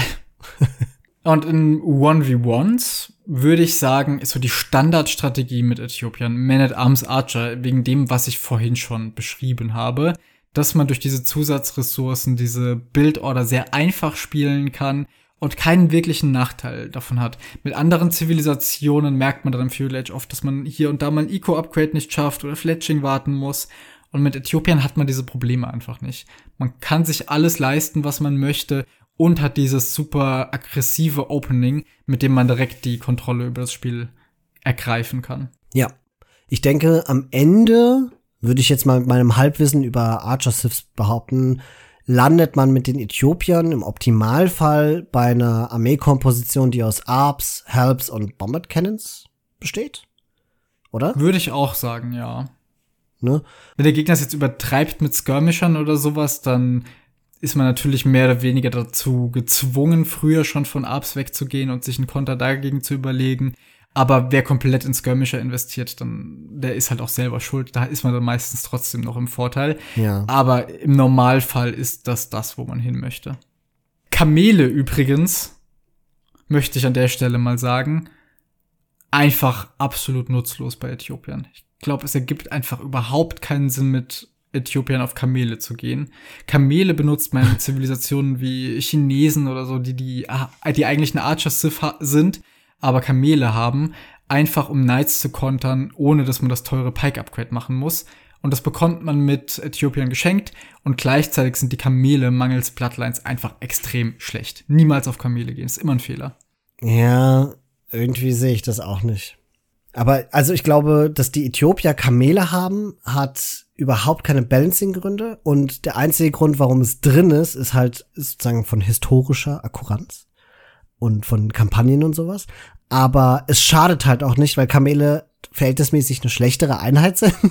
Und in eins gegen eins würde ich sagen, ist so die Standardstrategie mit Äthiopiern Man-at-Arms Archer, wegen dem, was ich vorhin schon beschrieben habe, dass man durch diese Zusatzressourcen diese Build-Order sehr einfach spielen kann und keinen wirklichen Nachteil davon hat. Mit anderen Zivilisationen merkt man dann im Feudal Age oft, dass man hier und da mal ein Eco-Upgrade nicht schafft oder Fletching warten muss. Und mit Äthiopien hat man diese Probleme einfach nicht. Man kann sich alles leisten, was man möchte, und hat dieses super aggressive Opening, mit dem man direkt die Kontrolle über das Spiel ergreifen kann. Ja, ich denke, am Ende würde ich jetzt mal mit meinem Halbwissen über Archer-Siths behaupten, landet man mit den Äthiopiern im Optimalfall bei einer Armeekomposition, die aus Arbs, Helps und Bombard Cannons besteht, oder? Würde ich auch sagen, ja. Ne? Wenn der Gegner es jetzt übertreibt mit Skirmishern oder sowas, dann ist man natürlich mehr oder weniger dazu gezwungen, früher schon von Arbs wegzugehen und sich einen Konter dagegen zu überlegen. Aber wer komplett in Skirmisher investiert, dann der ist halt auch selber schuld. Da ist man dann meistens trotzdem noch im Vorteil. Ja. Aber im Normalfall ist das das, wo man hin möchte. Kamele übrigens, möchte ich an der Stelle mal sagen, einfach absolut nutzlos bei Äthiopiern. Ich glaube, es ergibt einfach überhaupt keinen Sinn, mit Äthiopien auf Kamele zu gehen. Kamele benutzt man in Zivilisationen wie Chinesen oder so, die die, die eigentlich eine Archer-Sith sind, aber Kamele haben, einfach um Knights zu kontern, ohne dass man das teure Pike-Upgrade machen muss. Und das bekommt man mit Äthiopien geschenkt. Und gleichzeitig sind die Kamele mangels Bloodlines einfach extrem schlecht. Niemals auf Kamele gehen, ist immer ein Fehler. Ja, irgendwie sehe ich das auch nicht. Aber also ich glaube, dass die Äthiopier Kamele haben, hat überhaupt keine Balancing-Gründe. Und der einzige Grund, warum es drin ist, ist halt ist sozusagen von historischer Akkuranz und von Kampagnen und sowas. Aber es schadet halt auch nicht, weil Kamele verhältnismäßig eine schlechtere Einheit sind.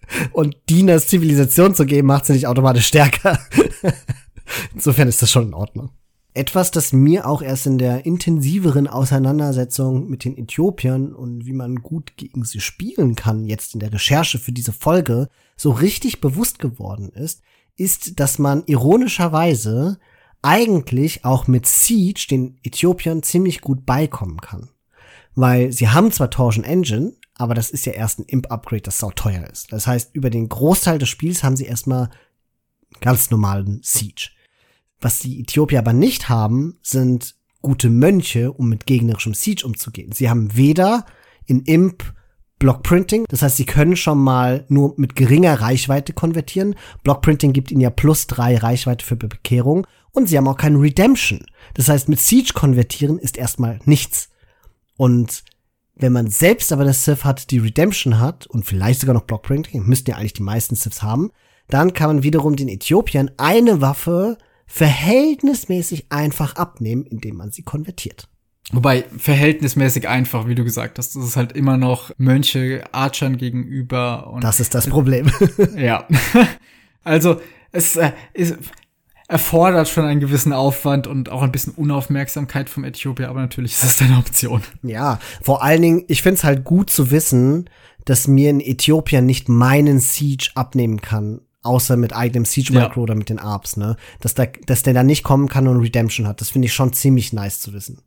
Und Diener als Zivilisation zu geben, macht sie nicht automatisch stärker. Insofern ist das schon in Ordnung. Etwas, das mir auch erst in der intensiveren Auseinandersetzung mit den Äthiopiern und wie man gut gegen sie spielen kann, jetzt in der Recherche für diese Folge, so richtig bewusst geworden ist, ist, dass man ironischerweise eigentlich auch mit Siege den Äthiopiern ziemlich gut beikommen kann. Weil sie haben zwar Torsion Engine, aber das ist ja erst ein Imp-Upgrade, das sauteuer ist. Das heißt, über den Großteil des Spiels haben sie erstmal ganz normalen Siege. Was die Äthiopier aber nicht haben, sind gute Mönche, um mit gegnerischem Siege umzugehen. Sie haben weder in Imp Blockprinting, das heißt, sie können schon mal nur mit geringer Reichweite konvertieren. Blockprinting gibt ihnen ja plus drei Reichweite für Bekehrung. Und sie haben auch keinen Redemption. Das heißt, mit Siege konvertieren ist erstmal nichts. Und wenn man selbst aber das Civ hat, die Redemption hat und vielleicht sogar noch Blockprinting, müssten ja eigentlich die meisten Civs haben, dann kann man wiederum den Äthiopiern eine Waffe verhältnismäßig einfach abnehmen, indem man sie konvertiert. Wobei, verhältnismäßig einfach, wie du gesagt hast, das ist halt immer noch Mönche Archern gegenüber. Und das ist das Problem. Ja. Also, es äh, ist, erfordert schon einen gewissen Aufwand und auch ein bisschen Unaufmerksamkeit vom Äthiopier, aber natürlich ist das eine Option. Ja, vor allen Dingen, ich find's halt gut zu wissen, dass mir ein Äthiopier nicht meinen Siege abnehmen kann, außer mit eigenem Siege-Micro ja. oder mit den Arps, ne? Dass der, dass der da nicht kommen kann und Redemption hat. Das finde ich schon ziemlich nice zu wissen.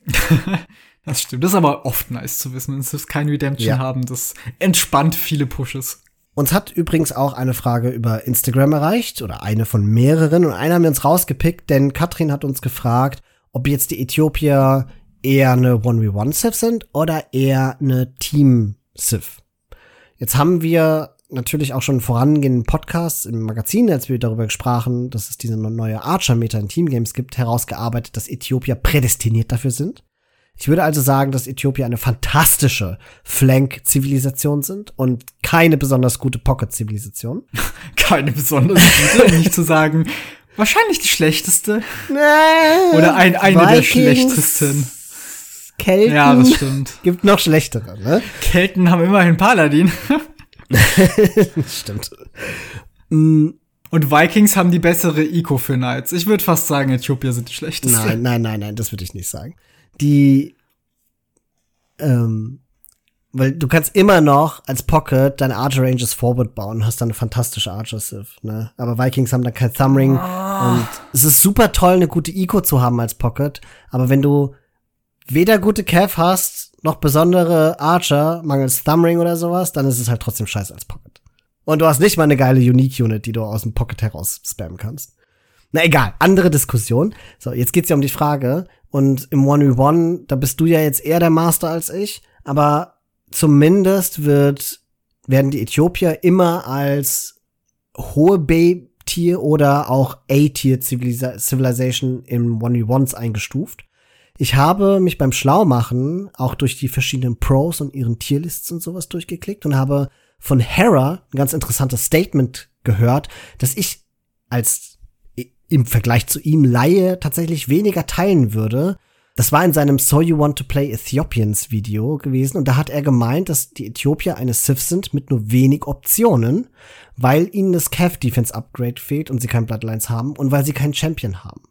Das stimmt. Das ist aber oft nice zu wissen, wenn sie kein Redemption ja. haben. Das entspannt viele Pushes. Uns hat übrigens auch eine Frage über Instagram erreicht, oder eine von mehreren. Und eine haben wir uns rausgepickt, denn Katrin hat uns gefragt, ob jetzt die Äthiopier eher eine eins gegen eins Civ sind oder eher eine Team-Civ. Jetzt haben wir natürlich auch schon in vorangehenden Podcasts im Magazin, als wir darüber sprachen, dass es diese neue Archer-Meta in Teamgames gibt, herausgearbeitet, dass Äthiopier prädestiniert dafür sind. Ich würde also sagen, dass Äthiopier eine fantastische Flank-Zivilisation sind und keine besonders gute Pocket-Zivilisation. Keine besonders gute, um nicht zu sagen, wahrscheinlich die schlechteste. Nee, Oder ein, eine Vikings, der schlechtesten. Kelten. Ja, das stimmt. Gibt noch schlechtere, ne? Kelten haben immerhin Paladin. Stimmt. Und Vikings haben die bessere Eco für Knights. Ich würde fast sagen, Äthiopier sind die schlechtesten. Nein, nein, nein, nein, das würde ich nicht sagen. Die, ähm, weil du kannst immer noch als Pocket deine Archer Ranges forward bauen, hast dann eine fantastische Archer Civ, ne? Aber Vikings haben dann kein Thumbring oh. und es ist super toll, eine gute Eco zu haben als Pocket, aber wenn du weder gute Cav hast, noch besondere Archer, mangels Thumbring oder sowas, dann ist es halt trotzdem scheiße als Pocket. Und du hast nicht mal eine geile Unique-Unit, die du aus dem Pocket heraus spammen kannst. Na egal, andere Diskussion. So, jetzt geht's ja um die Frage. Und im eins gegen eins, da bist du ja jetzt eher der Master als ich. Aber zumindest wird, werden die Äthiopier immer als hohe B-Tier oder auch A-Tier Civilization im eins gegen eins eingestuft. Ich habe mich beim Schlaumachen auch durch die verschiedenen Pros und ihren Tierlists und sowas durchgeklickt und habe von Hera ein ganz interessantes Statement gehört, dass ich als im Vergleich zu ihm Laie tatsächlich weniger teilen würde. Das war in seinem So You Want to Play Ethiopians Video gewesen und da hat er gemeint, dass die Äthiopier eine Civ sind mit nur wenig Optionen, weil ihnen das Cav Defense Upgrade fehlt und sie kein Bloodlines haben und weil sie keinen Champion haben.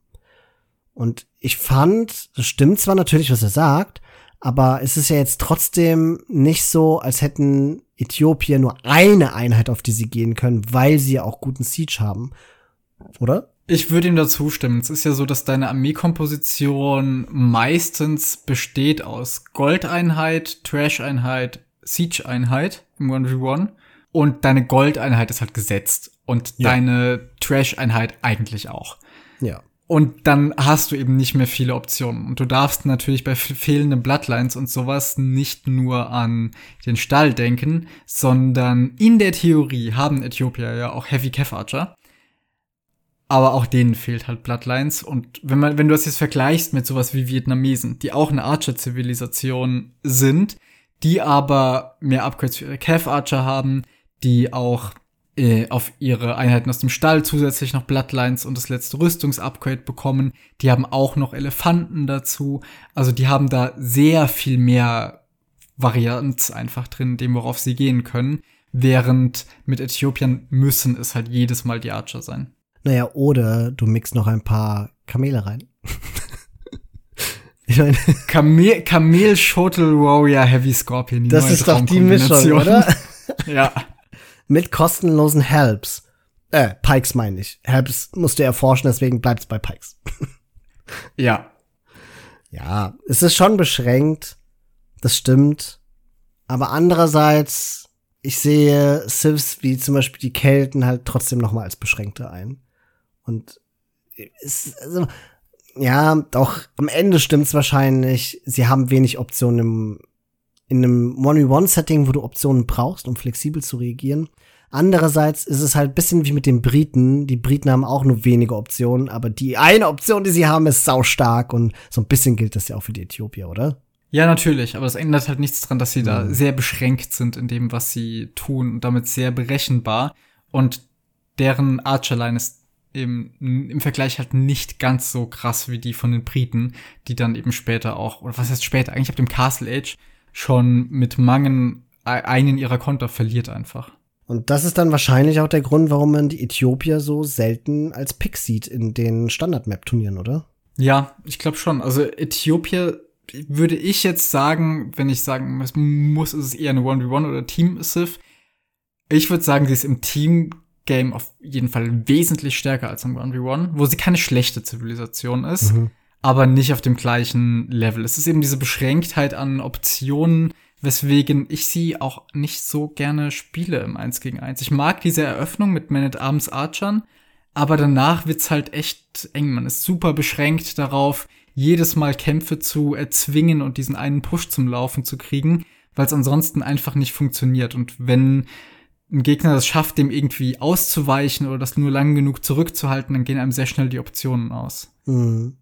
Und ich fand, das stimmt zwar natürlich, was er sagt, aber es ist ja jetzt trotzdem nicht so, als hätten Äthiopier nur eine Einheit, auf die sie gehen können, weil sie ja auch guten Siege haben. Oder? Ich würde ihm dazu stimmen. Es ist ja so, dass deine Armeekomposition meistens besteht aus Goldeinheit, Trash-Einheit, Siege-Einheit im eins gegen eins. Und deine Goldeinheit ist halt gesetzt. Und ja. deine Trash-Einheit eigentlich auch. Ja. Und dann hast du eben nicht mehr viele Optionen. Und du darfst natürlich bei fehlenden Bloodlines und sowas nicht nur an den Stall denken, sondern in der Theorie haben Äthiopier ja auch Heavy Cav Archer. Aber auch denen fehlt halt Bloodlines. Und wenn man, wenn du das jetzt vergleichst mit sowas wie Vietnamesen, die auch eine Archer-Zivilisation sind, die aber mehr Upgrades für ihre Cav Archer haben, die auch äh, auf ihre Einheiten aus dem Stall zusätzlich noch Bloodlines und das letzte Rüstungsupgrade bekommen. Die haben auch noch Elefanten dazu. Also die haben da sehr viel mehr Varianz einfach drin, dem worauf sie gehen können. während mit Äthiopien müssen es halt jedes Mal die Archer sein. Naja, oder du mixst noch ein paar Kamele rein. Ich meine, Kamel, Kamel, Shotel, Warrior, Heavy Scorpion. Die das neue ist doch die Mischung, oder? Ja. Mit kostenlosen Helps. Äh, Pikes meine ich. Helps musst du erforschen, deswegen bleibt's bei Pikes. Ja. Ja, es ist schon beschränkt. Das stimmt. Aber andererseits, ich sehe Civs wie zum Beispiel die Kelten halt trotzdem noch mal als beschränkte ein. Und es, also, ja, doch, am Ende stimmt's wahrscheinlich. Sie haben wenig Optionen im, in einem eins gegen eins Setting, wo du Optionen brauchst, um flexibel zu reagieren. Andererseits ist es halt ein bisschen wie mit den Briten. Die Briten haben auch nur wenige Optionen, aber die eine Option, die sie haben, ist saustark und so ein bisschen gilt das ja auch für die Äthiopier, oder? Ja, natürlich, aber es ändert halt nichts dran, dass sie Mhm. da sehr beschränkt sind in dem, was sie tun und damit sehr berechenbar. Und deren Archerline ist eben im Vergleich halt nicht ganz so krass wie die von den Briten, die dann eben später auch, oder was heißt später, eigentlich ab dem Castle Age schon mit Mangen einen ihrer Konter verliert einfach. Und das ist dann wahrscheinlich auch der Grund, warum man die Äthiopier so selten als Pick sieht in den Standard-Map-Turnieren, oder? Ja, ich glaube schon. Also Äthiopier würde ich jetzt sagen, wenn ich sagen muss, muss ist es eher eine eins gegen eins oder Team-Civ. Ich würde sagen, sie ist im Team-Game auf jeden Fall wesentlich stärker als im eins gegen eins, wo sie keine schlechte Zivilisation ist, Mhm. aber nicht auf dem gleichen Level. Es ist eben diese Beschränktheit an Optionen, weswegen ich sie auch nicht so gerne spiele im eins gegen eins. Ich mag diese Eröffnung mit Man-at-Arms Archern, aber danach wird's halt echt eng. Man ist super beschränkt darauf, jedes Mal Kämpfe zu erzwingen und diesen einen Push zum Laufen zu kriegen, weil es ansonsten einfach nicht funktioniert. Und wenn ein Gegner das schafft, dem irgendwie auszuweichen oder das nur lang genug zurückzuhalten, dann gehen einem sehr schnell die Optionen aus. Mhm.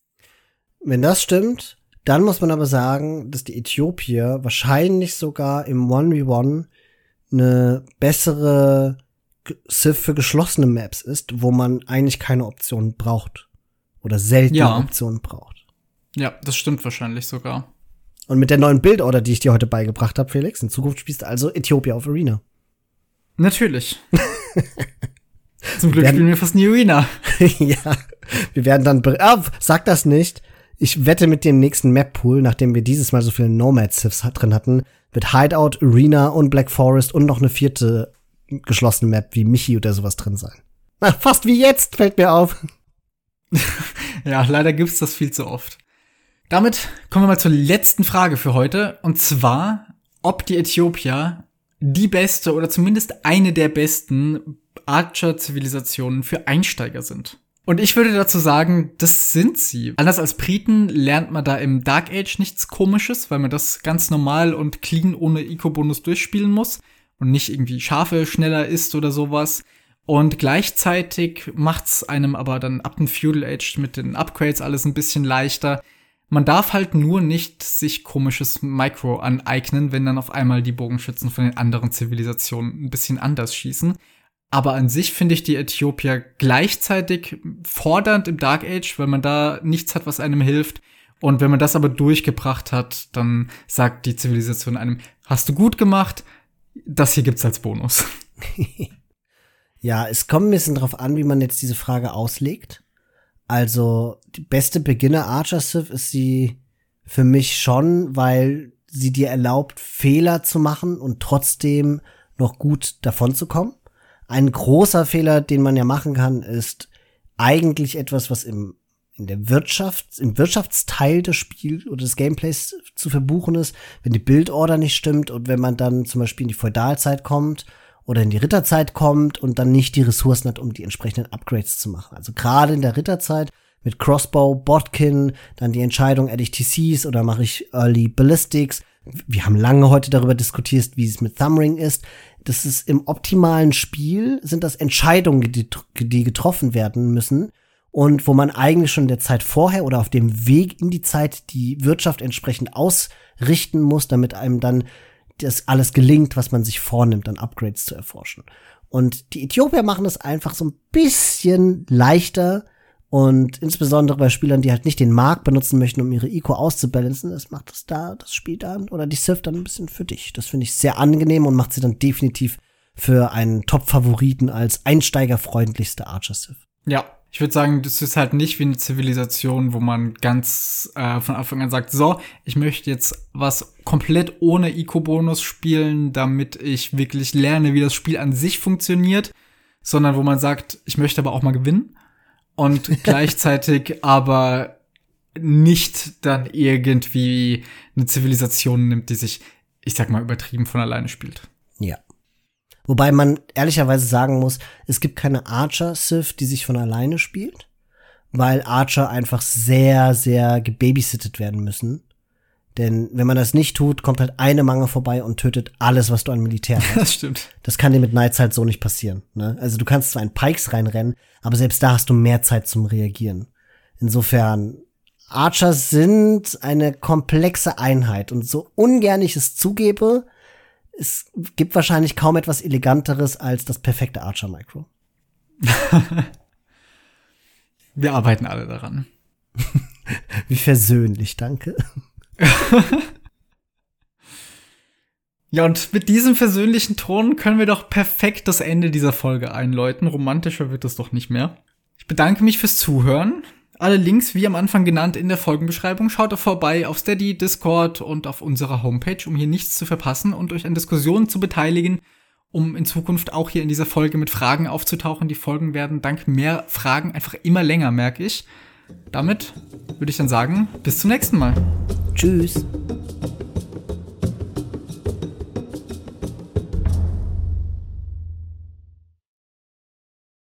Wenn das stimmt, dann muss man aber sagen, dass die Äthiopier wahrscheinlich sogar im eins gegen eins eine bessere Civ für geschlossene Maps ist, wo man eigentlich keine Optionen braucht. Oder selten Ja. Optionen braucht. Ja, das stimmt wahrscheinlich sogar. Und mit der neuen Bildorder, die ich dir heute beigebracht habe, Felix, in Zukunft spielst du also Äthiopia auf Arena. Natürlich. Zum Glück Werden- spielen wir fast nie Arena. Ja, wir werden dann, ber- ah, sag das nicht. Ich wette mit dem nächsten Map-Pool, nachdem wir dieses Mal so viele Nomad-Civs hat- drin hatten, wird Hideout, Arena und Black Forest und noch eine vierte geschlossene Map wie Michi oder sowas drin sein. Na, fast wie jetzt, fällt mir auf. Ja, leider gibt's das viel zu oft. Damit kommen wir mal zur letzten Frage für heute. Und zwar, ob die Äthiopier die beste oder zumindest eine der besten Archer-Zivilisationen für Einsteiger sind. Und ich würde dazu sagen, das sind sie. Anders als Briten lernt man da im Dark Age nichts Komisches, weil man das ganz normal und clean ohne Eco-Bonus durchspielen muss und nicht irgendwie Schafe schneller ist oder sowas. Und gleichzeitig macht's einem aber dann ab dem Feudal Age mit den Upgrades alles ein bisschen leichter. Man darf halt nur nicht sich komisches Micro aneignen, wenn dann auf einmal die Bogenschützen von den anderen Zivilisationen ein bisschen anders schießen. Aber an sich finde ich die Äthiopier gleichzeitig fordernd im Dark Age, weil man da nichts hat, was einem hilft. Und wenn man das aber durchgebracht hat, dann sagt die Zivilisation einem, hast du gut gemacht, das hier gibt's als Bonus. Ja, es kommt ein bisschen drauf an, wie man jetzt diese Frage auslegt. Also, die beste Beginner-Archer-Civ ist sie für mich schon, weil sie dir erlaubt, Fehler zu machen und trotzdem noch gut davon zu kommen. Ein großer Fehler, den man ja machen kann, ist eigentlich etwas, was im, in der Wirtschaft, im Wirtschaftsteil des Spiels oder des Gameplays zu verbuchen ist, wenn die Bildorder nicht stimmt und wenn man dann zum Beispiel in die Feudalzeit kommt oder in die Ritterzeit kommt und dann nicht die Ressourcen hat, um die entsprechenden Upgrades zu machen. Also gerade in der Ritterzeit mit Crossbow, Bodkin, dann die Entscheidung, add ich T Cs oder mache ich Early Ballistics. Wir haben lange heute darüber diskutiert, wie es mit Thumbring ist. Das ist im optimalen Spiel, sind das Entscheidungen, die, die getroffen werden müssen und wo man eigentlich schon in der Zeit vorher oder auf dem Weg in die Zeit die Wirtschaft entsprechend ausrichten muss, damit einem dann das alles gelingt, was man sich vornimmt, an Upgrades zu erforschen. Und die Äthiopier machen das einfach so ein bisschen leichter Und insbesondere bei Spielern, die halt nicht den Mark benutzen möchten, um ihre Eco auszubalancen, das macht das da, das Spiel dann oder die Civ dann ein bisschen für dich. Das finde ich sehr angenehm und macht sie dann definitiv für einen Top-Favoriten als einsteigerfreundlichste Archer-Civ. Ja, ich würde sagen, das ist halt nicht wie eine Zivilisation, wo man ganz äh, von Anfang an sagt, so, ich möchte jetzt was komplett ohne Eco-Bonus spielen, damit ich wirklich lerne, wie das Spiel an sich funktioniert, sondern wo man sagt, ich möchte aber auch mal gewinnen und gleichzeitig aber nicht dann irgendwie eine Zivilisation nimmt, die sich, ich sag mal, übertrieben von alleine spielt. Ja. Wobei man ehrlicherweise sagen muss, es gibt keine Archer-Civ, die sich von alleine spielt, weil Archer einfach sehr, sehr gebabysittet werden müssen. Denn wenn man das nicht tut, kommt halt eine Mange vorbei und tötet alles, was du an Militär hast. Das stimmt. Das kann dir mit Knights halt so nicht passieren. Ne? Also du kannst zwar in Pikes reinrennen, aber selbst da hast du mehr Zeit zum Reagieren. Insofern, Archer sind eine komplexe Einheit und so ungern ich es zugebe, es gibt wahrscheinlich kaum etwas Eleganteres als das perfekte Archer-Micro. Wir arbeiten alle daran. Wie versöhnlich, danke. Ja, und mit diesem versöhnlichen Ton können wir doch perfekt das Ende dieser Folge einläuten. Romantischer wird es doch nicht mehr. Ich bedanke mich fürs Zuhören. Alle Links, wie am Anfang genannt, in der Folgenbeschreibung. Schaut doch vorbei auf Steady, Discord und auf unserer Homepage, um hier nichts zu verpassen und euch an Diskussionen zu beteiligen, um in Zukunft auch hier in dieser Folge mit Fragen aufzutauchen. Die Folgen werden dank mehr Fragen einfach immer länger, merke ich. Damit würde ich dann sagen, bis zum nächsten Mal. Tschüss.